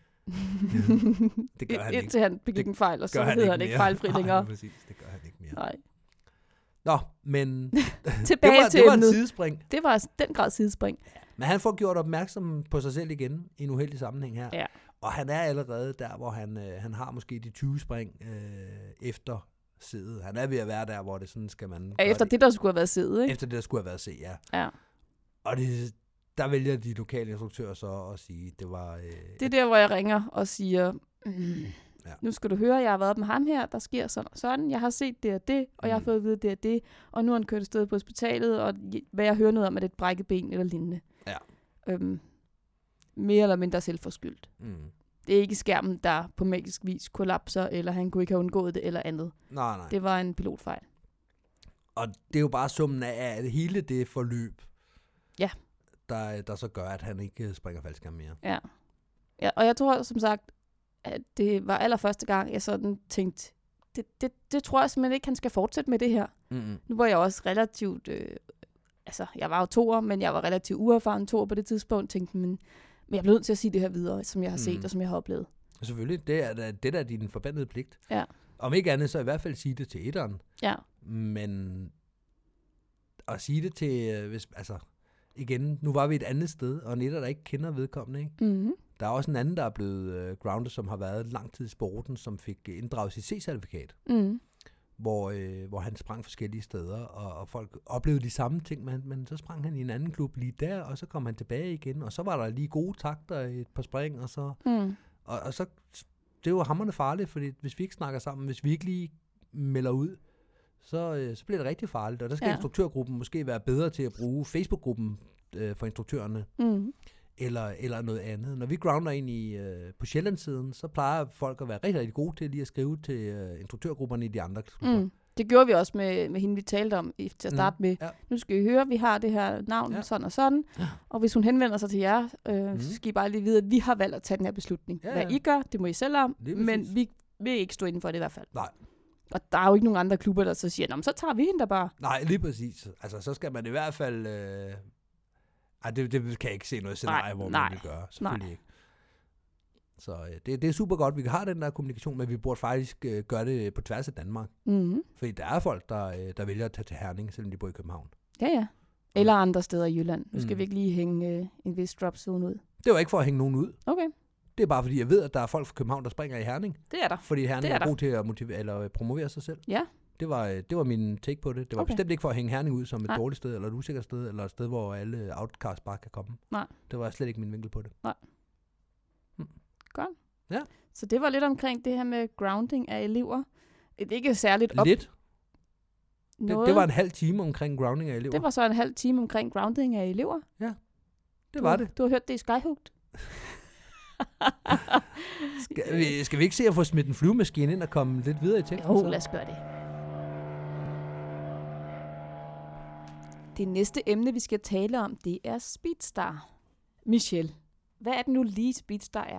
Det gør han ikke. Indtil han begik en fejl, og så hedder han, han ikke Fejlfri længere. Nej, præcis. Det gør han ikke mere. Nej. Nå, men tilbage det var, til det var emnet. en sidespring. Det var den grad sidespring. Ja. Men han får gjort opmærksom på sig selv igen i en uheldig sammenhæng her. Ja. Og han er allerede der, hvor han, øh, han har måske de tyve spring øh, efter sædet. Han er ved at være der, hvor det sådan skal man... Ja, efter det, det, der skulle have været sædet, ikke? Efter det, der skulle have været sædet, ja. Ja. Og det, der vælger de lokale instruktører så at sige, det var... Øh, det er der, hvor jeg ringer og siger, mm, ja. nu skal du høre, jeg har været med ham her, der sker sådan og sådan, jeg har set det og det, og mm. jeg har fået at vide det og det, og nu har han kørt et sted på hospitalet, og hvad jeg hører noget om, at det er et brækket ben eller lignende. Ja. Øhm, mere eller mindre selvforskyldt. Mm. Det er ikke skærmen, der på magisk vis kollapser, eller han kunne ikke have undgået det, eller andet. Nej, nej. Det var en pilotfejl. Og det er jo bare summen af at hele det forløb, ja. der, der så gør, at han ikke springer faldskærm mere. Ja. ja. Og jeg tror, som sagt, at det var allerførste gang, jeg sådan tænkte, det, det, det tror jeg simpelthen ikke, han skal fortsætte med det her. Mm-hmm. Nu var jeg også relativt, øh, altså jeg var jo toer, men jeg var relativt uerfaren toer på det tidspunkt, tænkte, men Men jeg bliver nødt til at sige det her videre, som jeg har set, mm. og som jeg har oplevet. Selvfølgelig. Det er det der er din forbandede pligt. Ja. Om ikke andet, så i hvert fald sige det til etteren. Ja. Men at sige det til, hvis, altså, igen, nu var vi et andet sted, og en etter, der ikke kender vedkommende, ikke? Mm-hmm. Der er også en anden, der er blevet uh, grounded, som har været lang tid i sporten, som fik inddraget sit C-certifikat. Mm. Hvor, øh, hvor han sprang forskellige steder, og, og folk oplevede de samme ting, men, men så sprang han i en anden klub lige der, og så kom han tilbage igen, og så var der lige gode takter i et par spring, og så, mm. og, og så det er jo hamrende farligt, fordi hvis vi ikke snakker sammen, hvis vi ikke lige melder ud, så, øh, så bliver det rigtig farligt, og der skal ja. instruktørgruppen måske være bedre til at bruge Facebook-gruppen øh, for instruktørerne, mm. eller, eller noget andet. Når vi grounder ind i, øh, på Sjællandssiden, så plejer folk at være rigtig, rigtig gode til lige at skrive til øh, instruktørgrupperne i de andre klubber. Mm. Det gjorde vi også med, med hende, vi talte om i, til at starte mm. med. Ja. Nu skal I høre, vi har det her navn, ja. sådan og sådan. Ja. Og hvis hun henvender sig til jer, øh, mm. så skal I bare lige vide, at vi har valgt at tage den her beslutning. Ja, ja. Hvad I gør, det må I selv om, men vi vil ikke stå inden for det i hvert fald. Nej. Og der er jo ikke nogen andre klubber, der så siger, nå, så tager vi hende der bare. Nej, lige præcis. Altså, så skal man i hvert fald... Øh Ej, det, det kan jeg ikke se noget scenarie, hvor nej, man vil gøre. Selvfølgelig nej. ikke. Så øh, det, det er super godt, vi har den der kommunikation, men vi burde faktisk øh, gøre det på tværs af Danmark. Mm-hmm. Fordi der er folk, der, øh, der vælger at tage til Herning, selvom de bor i København. Ja, ja. Eller andre steder i Jylland. Nu skal mm. vi ikke lige hænge øh, en vis dropzone ud. Det var ikke for at hænge nogen ud. Okay. Det er bare fordi, jeg ved, at der er folk fra København, der springer i Herning. Det er der. Fordi Herning er, er god til at motivere, eller promovere sig selv. Ja. Det var, det var min take på det. Det var okay. bestemt ikke for at hænge Herning ud som et Nej. dårligt sted, eller et usikkert sted, eller et sted, hvor alle outcasts bare kan komme. Nej. Det var slet ikke min vinkel på det. Nej. Hmm. Godt. Ja. Så det var lidt omkring det her med grounding af elever. Det er ikke særligt op. Lidt. Det, Noget. det var en halv time omkring grounding af elever. Det var så en halv time omkring grounding af elever. Det du, var det. Du har hørt det i Skyhooked. Skal vi, skal vi ikke se at få smidt en flyvemaskine ind og komme lidt videre i teksten? Jo, så? lad os gøre det. Det næste emne, vi skal tale om, det er Speedstar. Michelle, hvad er det nu lige Speedstar er?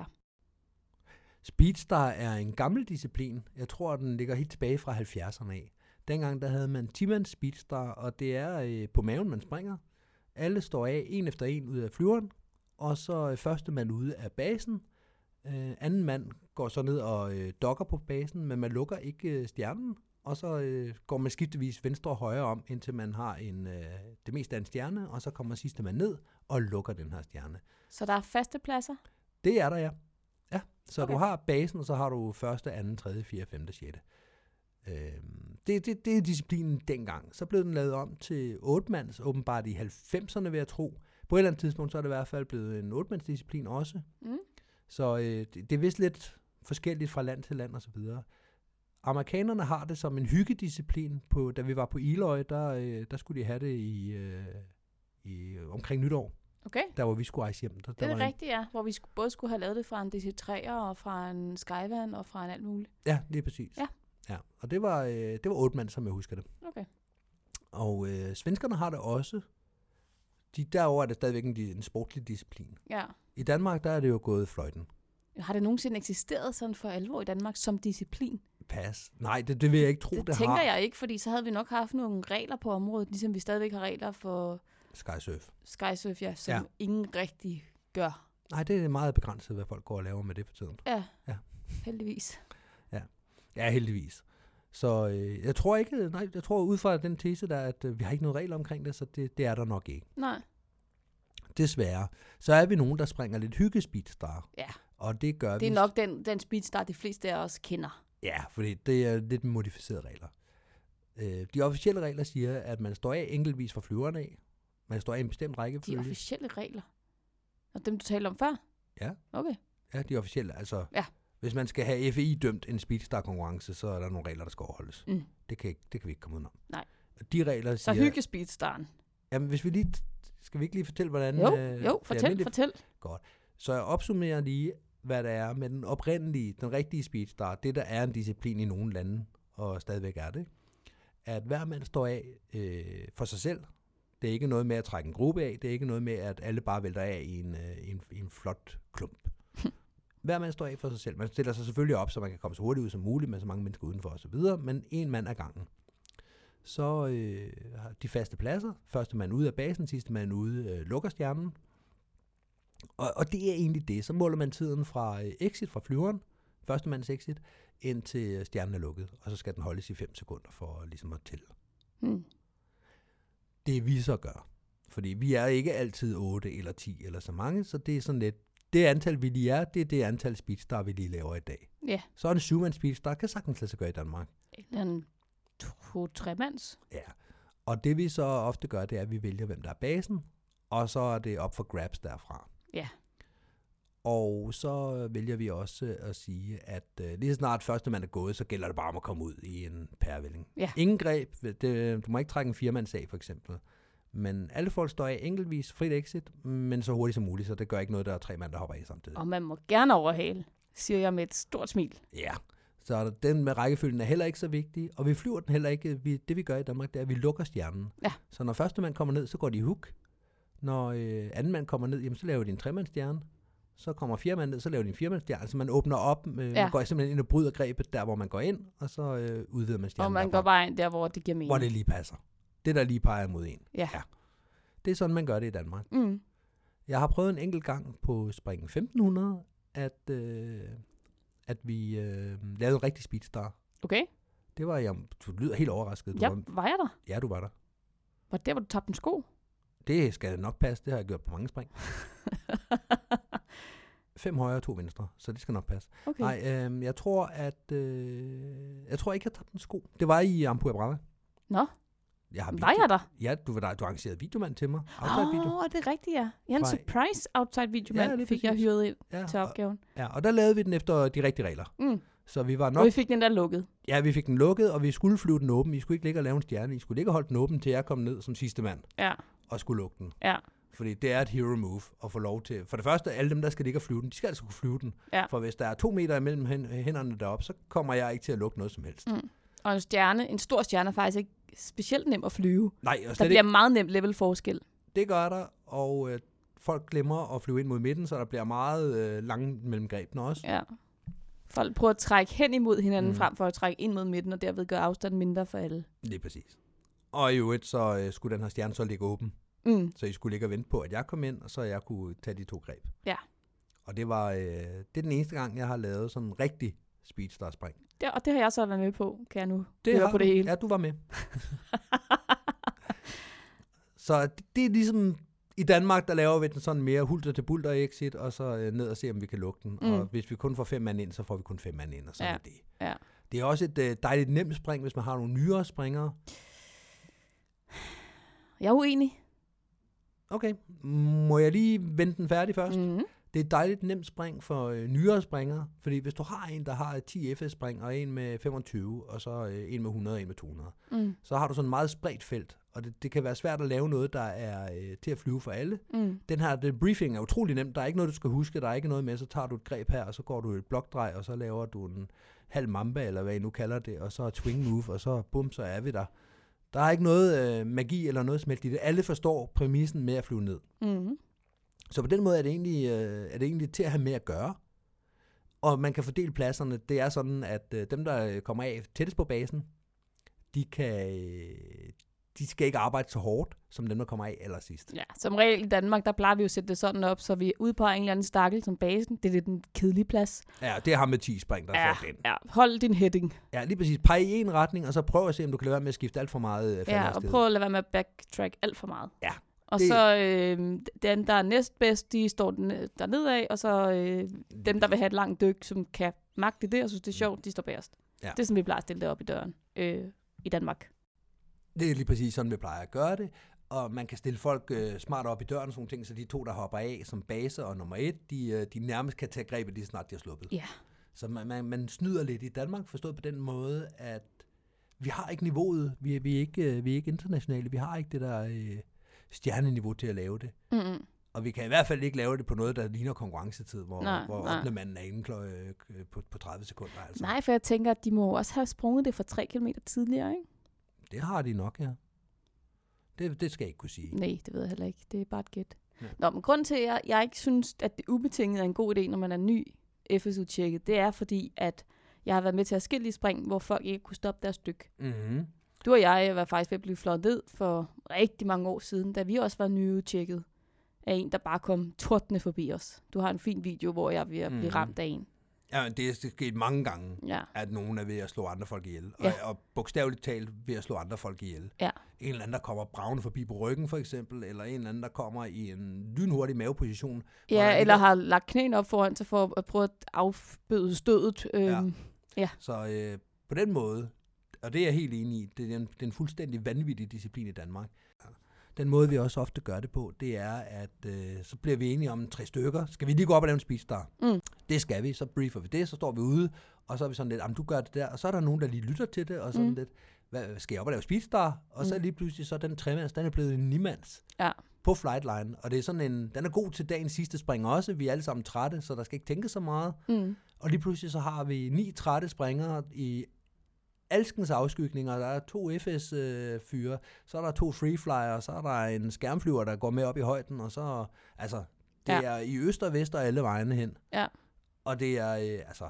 Speedstar er en gammel disciplin. Jeg tror, den ligger helt tilbage fra halvfjerdserne af. Dengang der havde man ti-mands Speedstar, og det er øh, på maven, man springer. Alle står af, en efter en ud af flyveren, og så øh, første mand ude af basen. Øh, anden mand går så ned og øh, dokker på basen, men man lukker ikke øh, stjernen, og så øh, går man skiftevis venstre og højre om, indtil man har en, øh, det meste af en stjerne, og så kommer sidste mand ned og lukker den her stjerne. Så der er faste pladser? Det er der, ja. Ja, så Okay. du har basen, og så har du første, anden, tredje, fjerde, femte, sjette. Øhm, det, det, det er disciplinen dengang. Så blev den lavet om til otte-mands, åbenbart i halvfemserne, vil jeg tro. På et eller andet tidspunkt, så er det i hvert fald blevet en otte-mands-disciplin også. Mm. Så øh, det, det er vist lidt forskelligt fra land til land og så videre. Amerikanerne har det som en hyggedisciplin. På, da vi var på Eloy, der, øh, der skulle de have det i, øh, i omkring nytår. Okay. Der hvor vi skulle rejse hjem. Der, Det der er var det en, rigtige, ja. Hvor vi sk- både skulle have lavet det fra en D C tre'er og fra en Skyvan og fra en alt muligt. Ja, lige præcis. Ja. Ja, og det var, øh, det var otte mand, som jeg husker det. Okay. Og øh, svenskerne har det også. De, derover er det stadigvæk en, en sportlig disciplin. Ja. I Danmark, der er det jo gået fløjten. Har det nogensinde eksisteret sådan for alvor i Danmark som disciplin? Pas. Nej, det, det vil jeg ikke tro, Det, det tænker har. jeg ikke, fordi så havde vi nok haft nogle regler på området, ligesom vi stadigvæk har regler for Skysurf. Skysurf, ja, som Ja. ja. ingen rigtig gør. Nej, det er meget begrænset, hvad folk går og laver med det for tiden. Ja, Ja. heldigvis. Ja, heldigvis. Så øh, jeg tror ikke, nej, jeg tror ud fra den tese der, at øh, vi har ikke noget regler omkring det, så det, det er der nok ikke. Nej. Desværre. Så er vi nogen, der springer lidt hyggespeedstar. Ja. Og det gør Det vi. er nok den, den speedstar, de fleste af os kender. Ja, fordi det er lidt modificerede regler. Øh, de officielle regler siger, at man står af enkeltvis fra flyverne af. Man står af i en bestemt De rækkefølge. officielle regler. Og dem, du talte om før? Ja. Okay. Ja, de officielle. Altså, Ja. hvis man skal have F I dømt en speedstar-konkurrence, så er der nogle regler, der skal overholdes. Mm. Det, kan ikke, det kan vi ikke komme ud om. Nej. De regler Så siger... hygge speedstaren. Jamen, hvis vi lige... Skal vi ikke lige fortælle, hvordan... Jo, øh, jo, det fortæl, almindelige- fortæl. Så jeg opsummerer lige, hvad der er med den oprindelige, den rigtige speedstar. Det, der er en disciplin i nogle lande, og stadigvæk er det. At hver mand står af øh, for sig selv. Det er ikke noget med at trække en gruppe af. Det er ikke noget med, at alle bare vælter af i en, øh, i en, i en flot klump. Hver mand står af for sig selv. Man stiller sig selvfølgelig op, så man kan komme så hurtigt ud som muligt, med så mange mennesker udenfor osv., men en mand ad gangen. Så øh, har de faste pladser. Første mand ude af basen, sidste mand ude øh, lukker stjernen. Og, og det er egentlig det. Så måler man tiden fra øh, exit fra flyveren, første mands exit, indtil stjernen er lukket. Og så skal den holdes i fem sekunder for ligesom at tælle. Hmm. Det vi så gør. Fordi vi er ikke altid otte eller ti eller så mange, så det er sådan lidt, det antal vi lige er, det er det antal speedstar, vi lige laver i dag. Ja. Så en syv-mands speedstar kan sagtens lade sig gøre i Danmark. Eller en to-tre-mands. Ja. Og det vi så ofte gør, det er, at vi vælger, hvem der er basen, og så er det op for grabs derfra. Ja. Og så vælger vi også at sige, at øh, lige så snart første mand er gået, så gælder det bare om at komme ud i en pærevælling. Ja. Ingen greb. Det, du må ikke trække en firemands af, for eksempel. Men alle folk står af enkeltvis, frit exit, men så hurtigt som muligt, så det gør ikke noget, der er tre mand, der hopper af samtidig. Og man må gerne overhale, siger jeg med et stort smil. Ja, så den med rækkefølgen er heller ikke så vigtig, og vi flyver den heller ikke. Vi, det vi gør i Danmark, det er, at vi lukker stjernen. Ja. Så når første mand kommer ned, så går de i hook. Når øh, anden mand kommer ned, jamen, så laver de en tremandsstjerne. Så kommer fjerde mand ned, så laver de en firemandsstjerne. Altså man åbner op, øh, Ja. man går simpelthen ind og bryder grebet der, hvor man går ind, og så øh, udvider man stjernen Og man derfra, går bare ind der, hvor det giver mening. hvor det lige passer. Det, der lige peger mod en. Ja. Ja. Det er sådan, man gør det i Danmark. Mm. Jeg har prøvet en enkelt gang på springen femten hundrede, at, øh, at vi øh, lavede en rigtig speedstar. Okay. Det var jeg, du lyder helt overrasket. Du Ja, var, var jeg der? ja, du var der. Var det der, hvor du tabte en sko? Det skal nok passe, det har jeg gjort på mange spring. Fem højre og to venstre, så det skal nok passe. Okay. Nej, øh, jeg tror, at øh, jeg tror ikke, jeg tabte en sko. Det var i Ampua Brava. Nå, Jeg har var jeg der? Ja, du var der. Du arrangerede videomand til mig. Åh, Outside video. oh, det er rigtigt, ja. Jeg er en Fra- surprise outside videomand, Ja, lige fik jeg præcis. hyret ind Ja, til og, opgaven. ja, og der lavede vi den efter de rigtige regler. Mm. Så vi var nok... Og vi fik den der lukket. Ja, vi fik den lukket, og vi skulle flyve den åben. I skulle ikke ligge og lave en stjerne. I skulle ligge og holde den åben, til jeg kom ned som sidste mand. Ja. Og skulle lukke den. Ja. Fordi det er et hero move at få lov til. For det første, alle dem, der skal ligge og flyve den, de skal altså kunne flyve den. Ja. For hvis der er to meter imellem hænderne deroppe, så kommer jeg ikke til at lukke noget som helst. Mm. Og en stjerne, en stor stjerne er faktisk ikke specielt nem at flyve. Nej, og der slet bliver ikke. meget nem levelforskel. Det gør der, og øh, folk glemmer at flyve ind mod midten, så der bliver meget øh, langt mellem grebene også. Ja. Folk prøver at trække hen imod hinanden, Mm. frem for at trække ind mod midten, og derved gøre afstanden mindre for alle. Lige præcis. Og i øvrigt, så øh, skulle den her stjerne så ligge åben. Mm. Så I skulle ligge og vente på, at jeg kom ind, og så jeg kunne tage de to greb. Ja. Og det var øh, det er den eneste gang, jeg har lavet sådan en rigtig speedstar-spring. Ja, og det har jeg så været med på, kan jeg nu Det høre har på det du. hele. Ja, du var med. Så det, det er ligesom, i Danmark, der laver vi den sådan mere hulter til bulter exit, og så øh, ned og se, om vi kan lukke den. Mm. Og hvis vi kun får fem mand ind, så får vi kun fem mand ind, og så ja. er det. Ja. Det er også et øh, dejligt nemt spring, hvis man har nogle nyere springere. Jeg er uenig. Okay, må jeg lige vente den færdig først? Mm. Det er et dejligt nemt spring for øh, nyere springere, fordi hvis du har en, der har ti F S-spring, og en med femogtyve, og så øh, en med hundrede og en med to hundrede, Mm. så har du sådan et meget spredt felt, og det, det kan være svært at lave noget, der er øh, til at flyve for alle. Mm. Den her det briefing er utrolig nemt. Der er ikke noget, du skal huske. Der er ikke noget med, så tager du et greb her, og så går du et blokdrej, og så laver du en halv mamba, eller hvad I nu kalder det, og så et swing move, og så bum, så er vi der. Der er ikke noget øh, magi eller noget som helst i det. Alle forstår præmissen med at flyve ned. Mm. Så på den måde er det, egentlig, øh, er det egentlig til at have med at gøre. Og man kan fordele pladserne. Det er sådan, at øh, dem, der kommer af tættest på basen, de, kan, øh, de skal ikke arbejde så hårdt, som dem, der kommer af allersidst. Ja, som regel i Danmark, der plejer vi jo at sætte det sådan op, så vi udpeger en eller anden stakkel som basen. Det er lidt den kedelige plads. Ja, det er ham med ti spring, der Ja, får den. ja, hold din heading. Ja, lige præcis. Pege i en retning, og så prøv at se, om du kan lade være med at skifte alt for meget øh, Ja, og prøv at lade være med at backtrack alt for meget. Ja. Og det- så øh, den, der er næstbedst, de står den, der nedad, og så øh, dem, der vil have et langt dyk, som kan magte det, og synes, det er sjovt, de står bagerst. Ja. Det er sådan, vi plejer at stille det op i døren øh, i Danmark. Det er lige præcis sådan, vi plejer at gøre det. Og man kan stille folk øh, smart op i døren, sådan nogle ting, så de to, der hopper af som base og nummer et, de, øh, de nærmest kan tage grebet lige snart, de har sluppet. Ja. Så man, man, man snyder lidt i Danmark, forstået på den måde, at vi har ikke niveauet. Vi er, vi er, ikke, øh, vi er ikke internationale. Vi har ikke det der øh, stjerneniveau til at lave det. Mm-hmm. Og vi kan i hvert fald ikke lave det på noget, der ligner konkurrencetid, hvor, Nej, hvor nej. ottende manden er inde kl- øh, på, på tredive sekunder. Altså. Nej, for jeg tænker, at de må også have sprunget det for tre kilometer tidligere, ikke? Det har de nok, ja. Det, det skal jeg ikke kunne sige. Nej, det ved jeg heller ikke. Det er bare et gæt. Ja. Nå, men grund til, at jeg, jeg ikke synes, at det ubetinget er en god idé, når man er ny F S U-tjekket, det er fordi, at jeg har været med til at skille i spring, hvor folk ikke kunne stoppe deres dyk. Mm-hmm. Du og jeg var faktisk ved at blive fløjet ned for rigtig mange år siden, da vi også var nyudtjekket af en, der bare kom tordne forbi os. Du har en fin video, hvor jeg er ved at blive Mhm. ramt af en. Ja, det er sket mange gange, Ja. at nogen er ved at slå andre folk ihjel. Ja. Og, og bogstaveligt talt ved at slå andre folk ihjel. Ja. En eller anden, der kommer bravende forbi på ryggen, for eksempel, eller en eller anden, der kommer i en lynhurtig maveposition. hvor der Ja, ikke eller er- har lagt knæene op foran sig for at prøve at afbøde stødet. Øhm, Så øh, på den måde, og det er jeg helt enig i, det er en, det er en fuldstændig vanvittig disciplin i Danmark. Den måde, vi også ofte gør det på, det er, at øh, så bliver vi enige om tre stykker. Skal vi lige gå op og lave en speedstar? Mm. Det skal vi, så briefer vi det, så står vi ude, og så er vi sådan lidt, jamen du gør det der, og så er der nogen, der lige lytter til det, og sådan Mm. lidt, hvad, skal jeg op og lave speedstar? Og så Mm. lige pludselig, så er den tremands, den er blevet en nimands Ja. på flightline, og det er sådan en, den er god til dagens sidste spring også, vi er alle sammen trætte, så der skal ikke tænke så meget, Mm. og lige pludselig så har vi ni trætte springere i alskens afskygninger. Der er to F S-fyre, øh, så er der to freeflyer, så er der en skærmflyver, der går med op i højden, og så, altså, det Ja. er i øst og vest og alle vejene hen. Ja. Og det er, øh, altså,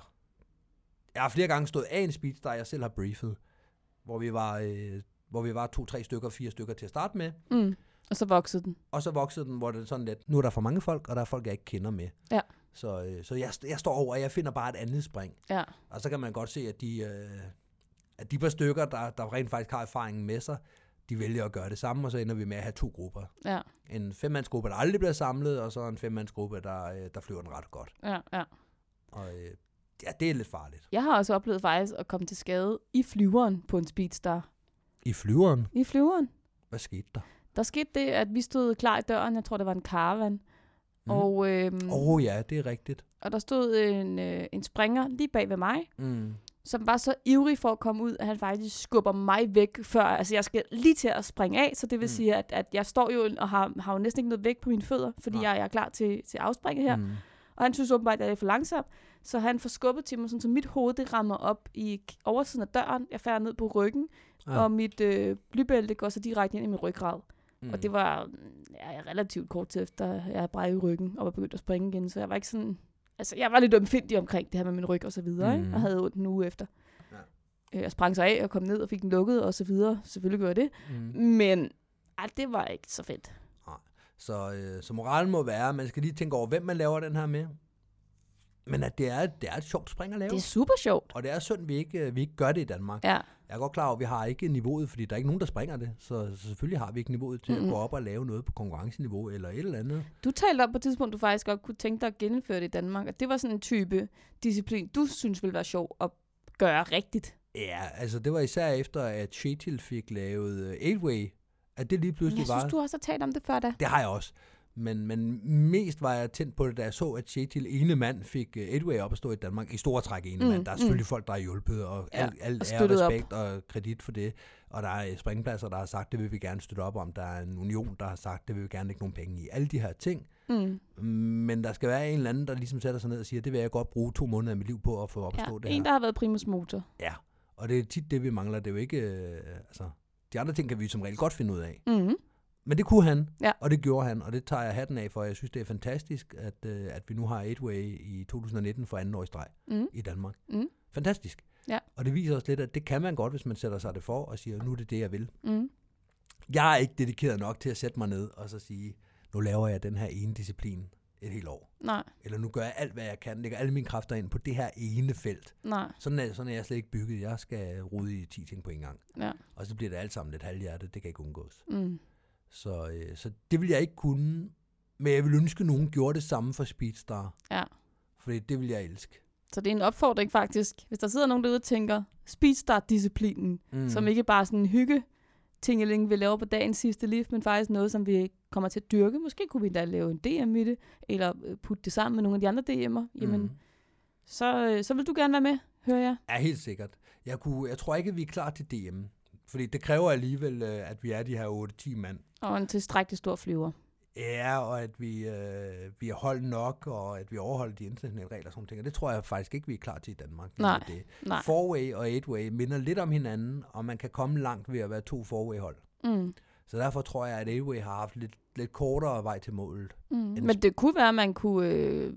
jeg har flere gange stået af en speedstar, jeg selv har briefet, hvor vi var, øh, hvor vi var to, tre stykker, fire stykker til at starte med, Mm. Og så voksede den. og så voksede den, hvor det er sådan lidt, nu er der for mange folk, og der er folk, jeg ikke kender med. Ja. Så, øh, så jeg, jeg står over, og jeg finder bare et andet spring. Ja. Og så kan man godt se, at de, øh, at de par stykker, der, der rent faktisk har erfaringen med sig, de vælger at gøre det samme, og så ender vi med at have to grupper. Ja. En femmandsgruppe, der aldrig bliver samlet, og så en femmandsgruppe, der, øh, der flyver den ret godt. Ja. Ja. Og øh, ja, det er lidt farligt. Jeg har også oplevet faktisk at komme til skade i flyveren på en speedstar. I flyveren? I flyveren. Hvad skete der? Der skete det, at vi stod klar i døren. Jeg tror, det var en caravan. Mm. Og øhm, Åh oh, ja, det er rigtigt. og der stod en, øh, en springer lige bag ved mig, Mm. som var så ivrig for at komme ud, at han faktisk skubber mig væk før. Altså, jeg skal lige til at springe af, så det vil Mm. sige, at, at jeg står jo og har, har jo næsten ikke noget vægt på mine fødder, fordi jeg, jeg er klar til, til afspringe her. Mm. Og han synes åbenbart, at jeg er for langsom, så han får skubbet til mig, sådan, så mit hoved det rammer op i oversiden af døren. Jeg falder ned på ryggen, Ah. og mit øh, blybælte går så direkte ind i min ryggrad. Mm. Og det var ja, relativt kort tid efter, jeg havde brækket ryggen og var begyndt at springe igen, så jeg var ikke sådan... Altså, jeg var lidt ømfindelig omkring det her med min ryg og så videre, Mm. ikke? Og havde ondt en uge efter. Ja. Jeg sprang så af og kom ned og fik den lukket og så videre. Selvfølgelig gjorde jeg det. Mm. Men ej, det var ikke så fedt. Så, øh, så moralen må være, at man skal lige tænke over, hvem man laver den her med. Men at det er, det er et sjovt spring at lave. Det er super sjovt. Og det er synd, at vi ikke, vi ikke gør det i Danmark. Ja. Jeg er godt klar over, at vi har ikke niveauet, fordi der er ikke nogen, der springer det. Så, så selvfølgelig har vi ikke niveauet til Mm-hmm. at gå op og lave noget på konkurrenceniveau eller et eller andet. Du talte om på et tidspunkt, du faktisk godt kunne tænke dig at gennemføre det i Danmark. Og det var sådan en type disciplin, du synes ville være sjov at gøre rigtigt. Ja, altså det var især efter, at Shetil fik lavet uh, eight-way, at det lige pludselig Jeg var... synes, du også har talt om det før da. Det har jeg også. Men, men mest var jeg tændt på det, da jeg så, at Shetil ene mand fik uh, eight-way op at stå i Danmark. I store træk ene Mm, mand. Der er selvfølgelig mm. folk, der har hjulpet, og Ja, al, al og ære, støttet op. respekt og kredit for det. Og der er springpladser, der har sagt, det vil vi gerne støtte op om. Der er en union, der har sagt, det vil vi gerne lægge nogle penge i. Alle de her ting. Mm. Men der skal være en eller anden, der ligesom sætter sig ned og siger, det vil jeg godt bruge to måneder af mit liv på at få op at Ja, stå det en, her. der har været primus motor. Ja, og det er tit det, vi mangler. Det er jo ikke... Øh, altså, de andre ting kan vi som regel godt finde ud af. Mm. Men det kunne han, Ja. og det gjorde han, og det tager jeg hatten af for. Jeg synes, det er fantastisk, at, øh, at vi nu har eight-way i to tusind nitten for anden år i streg Mm. i Danmark. Mm. Fantastisk. Ja. Og det viser også lidt, at det kan man godt, hvis man sætter sig det for og siger, nu er det det, jeg vil. Mm. Jeg er ikke dedikeret nok til at sætte mig ned og så sige, nu laver jeg den her ene disciplin et helt år. Nej, Eller nu gør jeg alt, hvad jeg kan. Lægger alle mine kræfter ind på det her ene felt. nej. Sådan er, sådan er jeg slet ikke bygget. Jeg skal rode i ti ting på en gang. Ja. Og så bliver det alt sammen lidt halvhjertet. Det kan ikke undgås. Mm. Så, øh, så det vil jeg ikke kunne. Men jeg vil ønske, at nogen gjorde det samme for Speedstar. Ja. Fordi det vil jeg elske. Så det er en opfordring faktisk. Hvis der sidder nogen derude og tænker, speedstart-disciplinen, Mm. som ikke bare er sådan en hygge tingeling, vi laver på dagens sidste liv, men faktisk noget, som vi kommer til at dyrke. Måske kunne vi da lave en D M i det, eller øh, putte det sammen med nogle af de andre D M'er. Jamen, Mm. så, øh, så vil du gerne være med, hører jeg. Ja, helt sikkert. Jeg, kunne, jeg tror ikke, at vi er klar til D M. Fordi det kræver alligevel, øh, at vi er de her otte ti mand. Og en tilstrækkelig stor flyver. Ja, og at vi, øh, vi er holdt nok, og at vi overholder de internationale regler og sådan ting. Og det tror jeg faktisk ikke, vi er klar til i Danmark. Nej, det. nej. Four-way og eight-way minder lidt om hinanden, og man kan komme langt ved at være to four-way-hold. Mm. Så derfor tror jeg, at eight-way har haft lidt, lidt kortere vej til målet. Mm. En Men det kunne være, at man kunne øh,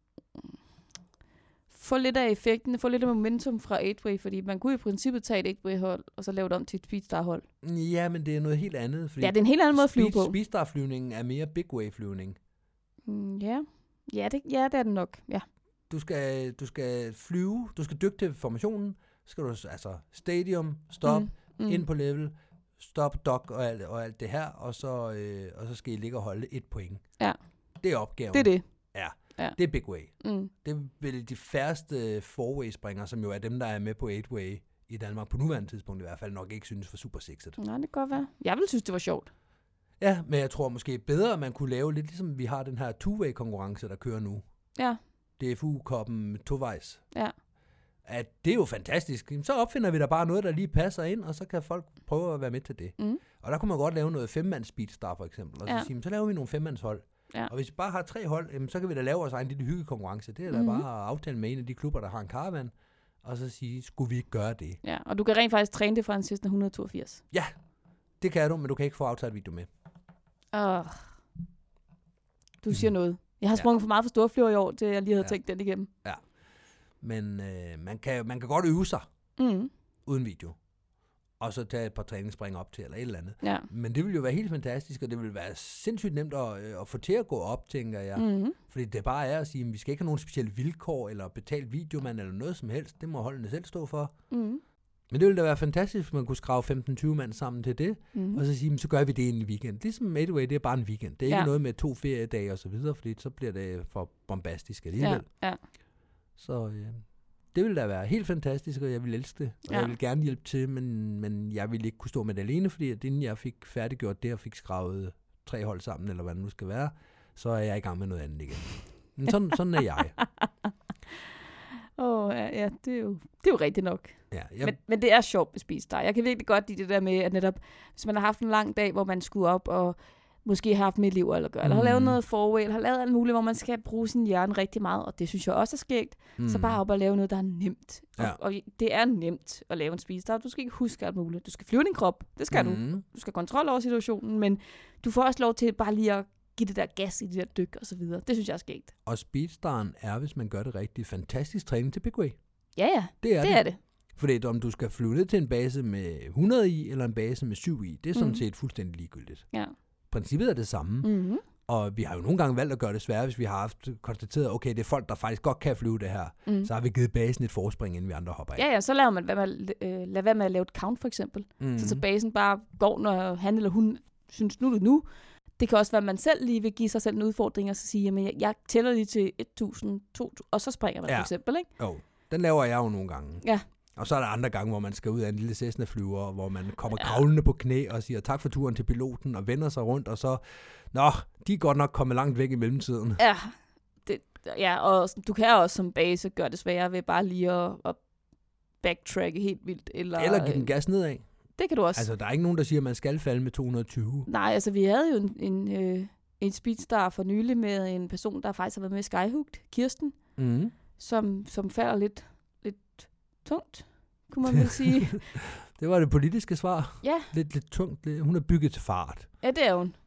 få lidt af effekten, få lidt af momentum fra eight-way, fordi man kunne i princippet tage et eight-way-hold, og så lave det om til et speedstar-hold. Ja, men det er noget helt andet. Fordi Ja, det er en helt anden måde at flyve speed, på. Speedstar-flyvningen er mere big-way-flyvning. Mm, ja. Ja, det, ja, det er det nok. Ja. Du skal, du skal flyve, du skal dykke til formationen, så skal du altså stadium, stop, Mm, mm. mm. ind på level, stop, dock og alt, og alt det her, og så, øh, og så skal I ligge og holde et point. Ja. Det er opgaven. Det er det. Ja, Ja. det er big way. Mm. Det vil de færreste four-way-springere, som jo er dem, der er med på eight-way i Danmark på nuværende tidspunkt i hvert fald, nok ikke synes for super sexet. Nej, det kan godt være. Jeg ville synes, det var sjovt. Ja, men jeg tror måske bedre, at man kunne lave lidt ligesom vi har den her two-way-konkurrence, der kører nu. Ja. D F U-koppen tovejs. Ja. At det er jo fantastisk. Jamen, så opfinder vi da bare noget, der lige passer ind, og så kan folk prøve at være med til det. Mm. Og der kunne man godt lave noget femmands speedstar for eksempel, og så Ja. sige, så laver vi nogle femmandshold. Ja. Og hvis vi bare har tre hold, jamen, så kan vi da lave vores egen lille hyggekonkurrence. Det er da Mhm. bare at aftale med en af de klubber, der har en caravan, og så sige, skulle vi ikke gøre det? Ja, og du kan rent faktisk træne det fra en Cessna et hundrede toogfirs. Ja, det kan du, men du kan ikke få aftalt video med. Åh. Du siger noget. Jeg har sprunget ja. for meget for store flyver i år, til jeg lige havde Ja. tænkt den igennem. Men øh, man, kan, man kan godt øve sig Mm. uden video, og så tage et par træningsspring op til, eller et eller andet. Ja. Men det vil jo være helt fantastisk, og det vil være sindssygt nemt at, øh, at få til at gå op, tænker jeg. Mm. Fordi det bare er at sige, at vi skal ikke have nogen specielle vilkår, eller betalt videomand, eller noget som helst. Det må holdene selv stå for. Mm. Men det ville da være fantastisk, hvis man kunne skrave femten tyve mand sammen til det, Mm. og så sige, så gør vi det en weekend. Ligesom eight-way, det er bare en weekend. Det er ikke Ja. noget med to feriedage og så videre, fordi så bliver det for bombastisk alligevel. Ja. Ja. Så øh, det ville da være helt fantastisk, og jeg vil elske det. Og Ja. jeg vil gerne hjælpe til, men, men jeg ville ikke kunne stå med det alene, fordi at inden jeg fik færdiggjort det, og fik skravet tre hold sammen, eller hvad det nu skal være, så er jeg i gang med noget andet igen. Men sådan, sådan er jeg. ja, det er jo, det er jo rigtigt nok. Ja, jeg, Men, men det er sjovt med Speedstar. Jeg kan virkelig godt lide det der med, at netop, hvis man har haft en lang dag, hvor man skulle op og måske har haft med elever eller gøre, eller har lavet Mm. noget forway, eller har lavet alt muligt, hvor man skal bruge sin hjerne rigtig meget, og det synes jeg også er skægt. mm, Så bare op og lave noget, der er nemt. Ja. Og, og det er nemt at lave en Speedstar. Du skal ikke huske alt muligt. Du skal flyve din krop. Det skal mm. du. mm, Du skal have kontrol over situationen, men du får også lov til bare lige at give det der gas i det der dyk og så videre. Det synes jeg er skægt. Og Speedstaren er, hvis man gør det rigtigt, fantastisk træning til Big Way. Ja, ja. Det er Det det. er det. Fordi om du skal flyve ned til en base med hundrede i, eller en base med syv i, det er sådan Mhm. set fuldstændig ligegyldigt. Ja. Princippet er det samme, Mm-hmm. og vi har jo nogle gange valgt at gøre det svære, hvis vi har haft konstateret, okay, det er folk, der faktisk godt kan flyve det her. Mm. Så har vi givet basen et forspring, inden vi andre hopper af. Ja, ja, så laver man, hvad man øh, lad være med at lave et count, for eksempel. Mm. Så, så basen bare går, når han eller hun synes, nu er det nu. Det kan også være, at man selv lige vil give sig selv en udfordring, og så sige, jamen, jeg, jeg tæller lige til et tusind, to tusind, og så springer man Ja. for eksempel, ikke? Jo, den laver jeg jo nogle gange. Ja. Og så er der andre gange, hvor man skal ud af en lille Cessna-flyver, hvor man kommer Ja. kravlende på knæ og siger tak for turen til piloten, og vender sig rundt, og så, nå, de er godt nok kommet langt væk i mellemtiden. Ja, det, ja, og du kan også som base gøre det sværere ved bare lige at, at backtracke helt vildt. Eller, Eller give den øh, gas nedad. Det kan du også. Altså, der er ikke nogen, der siger, at man skal falde med to hundrede og tyve. Nej, altså vi havde jo en, en, øh, en Speedstar for nylig med en person, der faktisk har været med i Skyhooked, Kirsten, Mm. som, som falder lidt, lidt tungt, kunne man vel sige. Det var det politiske svar. Ja. Lidt, lidt tungt. Lidt. Hun er bygget til fart. Ja, det er hun.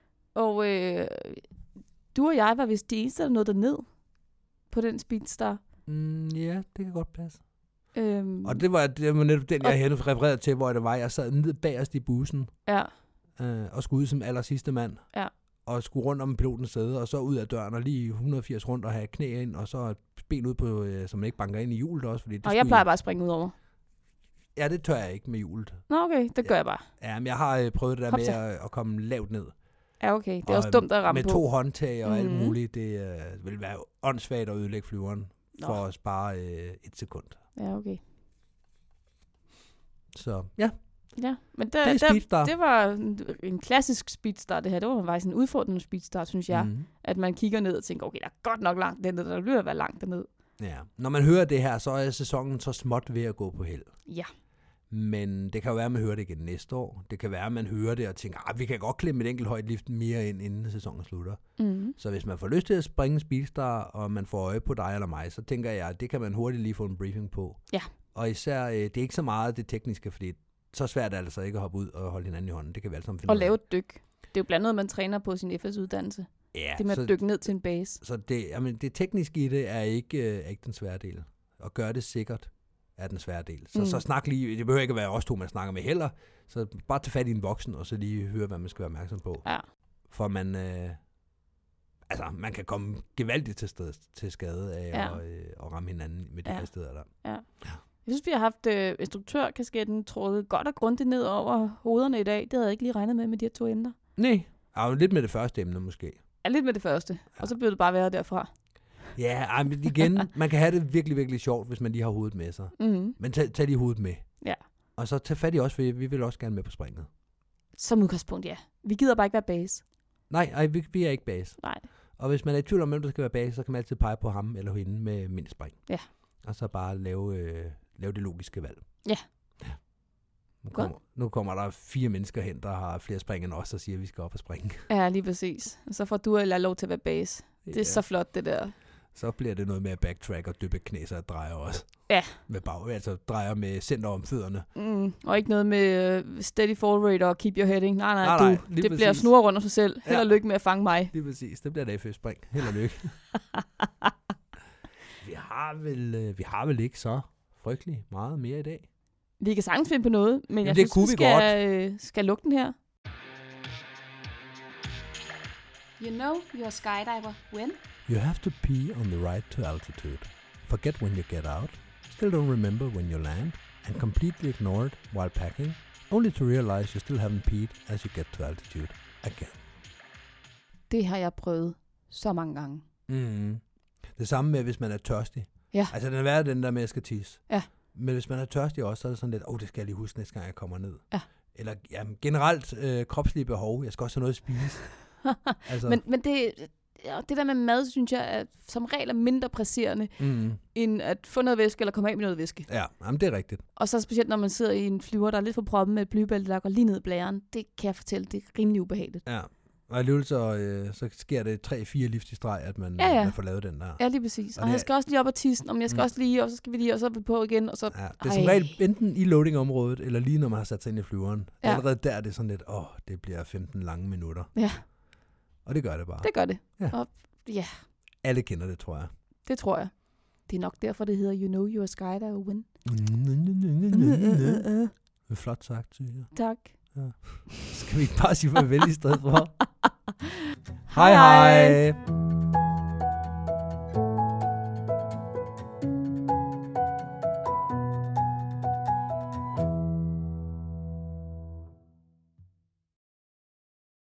Og øh, du og jeg var vist de eneste, der nåede derned på den Speedstar. Mm, ja, det kan godt passe. Øhm, Og det var, det var netop den, jeg havde refereret til, hvor det var, jeg sad ned bagerst i bussen, ja, øh, og skulle ud som aller sidste mand. Ja. Og skulle rundt om pilotens sæde, og så ud af døren, og lige et hundrede og firs rundt, og have knæ ind, og så et ben ud på, øh, så man ikke banker ind i hjulet også. Fordi det og jeg skulle plejer I- bare at springe ud over. Ja, det tør jeg ikke med hjulet. Nå, okay, det gør jeg bare. Ja, men jeg har øh, prøvet det der Hop med så. at, at komme lavt ned. Ja, okay. Det er Og, også dumt at ramme med på. to håndtag og alt Mhm. muligt, det øh, vil være åndssvagt at ødelægge flyveren Nå. for at spare øh, et sekund. Ja, okay. Så ja, Ja, men det er der, der, Speedstar. det var en, en klassisk Speedstar, det her. Det var faktisk en udfordrende Speedstar, synes jeg. Mm. Mhm. At man kigger ned og tænker, okay, der er godt nok langt derned, der bliver være langt derned. Ja. Når man hører det her, så er sæsonen så småt ved at gå på held. Ja. Men det kan jo være, at man hører det igen næste år. Det kan være, at man hører det og tænker, at vi kan godt klemme et enkelt højt lift mere ind, inden sæsonen slutter. Mm. Så hvis man får lyst til at springe en Speedstar, og man får øje på dig eller mig, så tænker jeg, at det kan man hurtigt lige få en briefing på. Ja. Og især, øh, det er ikke så meget det tekniske, fordi så svært er det altså ikke at hoppe ud og holde hinanden i hånden. Det kan vi alle sammen finde Og ud af. lave et dyk. Det er jo blandt andet, man træner på sin F S-uddannelse. Ja, Det med så, at dykke ned til en base. så det, jamen, det tekniske i det er ikke, øh, er ikke den svære del. At gøre det sikkert er den svære del. Så, Mm. mm. så snak lige, det behøver ikke at være os to, man snakker med heller. Så bare tage fat i en voksen, og så lige høre, hvad man skal være opmærksom på. Ja. For man, øh, altså, man kan komme gevaldigt til, sted, til skade af Ja. at, øh, at ramme hinanden med de Ja. her steder der. Jeg synes, vi har haft øh, instruktørkasketten trådet godt og grundigt ned over hovederne i dag. Det havde jeg ikke lige regnet med med de her to emner. Nej, ja, lidt med det første emne måske. Ja, lidt med det første. Ja. Og så blev det bare været derfra. Ja, ej, men igen, man kan have det virkelig, virkelig sjovt, hvis man lige har hovedet med sig. Mm. Men tag, tag lige hovedet med. Ja. Og så tag fat i os, for vi vil også gerne med på springet. Som udgangspunkt, ja. Vi gider bare ikke være base. Nej, ej, vi, vi er ikke base. Nej. Og hvis man er i tvivl om, hvem der skal være base, så kan man altid pege på ham eller hende med mindst spring. Ja. Og så bare lave, øh, lave det logiske valg. Ja. ja. Nu, Godt. kommer, nu kommer der fire mennesker hen, der har flere spring end os, og siger, at vi skal op og springe. Ja, lige præcis. Og så får du eller lov til at være base. Det er Ja. så flot, det der. Så bliver det noget med at backtrack og dyppe knæ, så jeg drejer også. Ja. Med bag, altså drejer med center om fødderne. Mm. Og ikke noget med uh, steady fall rate og keep your heading. Nej, nej, Nej, du. nej, lige det bliver præcis. snurre rundt om sig selv. Held og Ja. lykke med at fange mig. Lige præcis. Det bliver et A F spring. Held og lykke. vi, har vel, øh, vi har vel ikke så frygtelig meget mere i dag. Vi kan sagtens finde på noget, men jeg det synes, kunne vi vi skal, øh, skal lukke den her. You know you're a skydiver when? You have to pee on the ride to altitude. Forget when you get out. Still don't remember when you land. And completely ignore it while packing. Only to realize you still haven't peed as you get to altitude again. Det har jeg prøvet så mange gange. Mm. Det samme med, hvis man er tørstig. Ja. Altså, den er værre den der med, at jeg skal tisse. Ja. Men hvis man er tørstig også, så er det sådan lidt, åh, oh, det skal jeg lige huske næste gang, jeg kommer ned. Ja. Eller jamen, generelt øh, kropslige behov. Jeg skal også have noget at spise. altså, Men, men det, ja, det der med mad, synes jeg, er som regel er mindre presserende, Mm. end at få noget væske, eller komme af med noget væske. Ja, jamen, det er rigtigt. Og så specielt, når man sidder i en flyver, der er lidt for proppen med et blybælte, der går lige ned i blæren. Det kan jeg fortælle, det er rimelig ubehageligt. Ja, og alligevel så, øh, så sker det tre-fire lift i streg, at man, Ja, ja. man får lavet den der. Ja, lige præcis. Og, Og og det jeg er- skal også lige op og tisse, om jeg skal Mm. også lige, og så skal vi lige, og så er vi på igen, og så... Ja, det er som Ej. regel enten i loadingområdet, eller lige når man har sat sig ind i flyveren. Ja. Allerede der er det sådan lidt, åh, det bliver femten lange minutter. Ja, Og det gør det bare. det gør det. Ja. Og ja, Alle kender det, tror jeg. det tror jeg. Det er nok derfor, det hedder You Know You're a Skydiver Win. Flot sagt, synes jeg. Tak. Skal vi ikke bare sige farvel i stedet for? Hej, Hej hej. hej!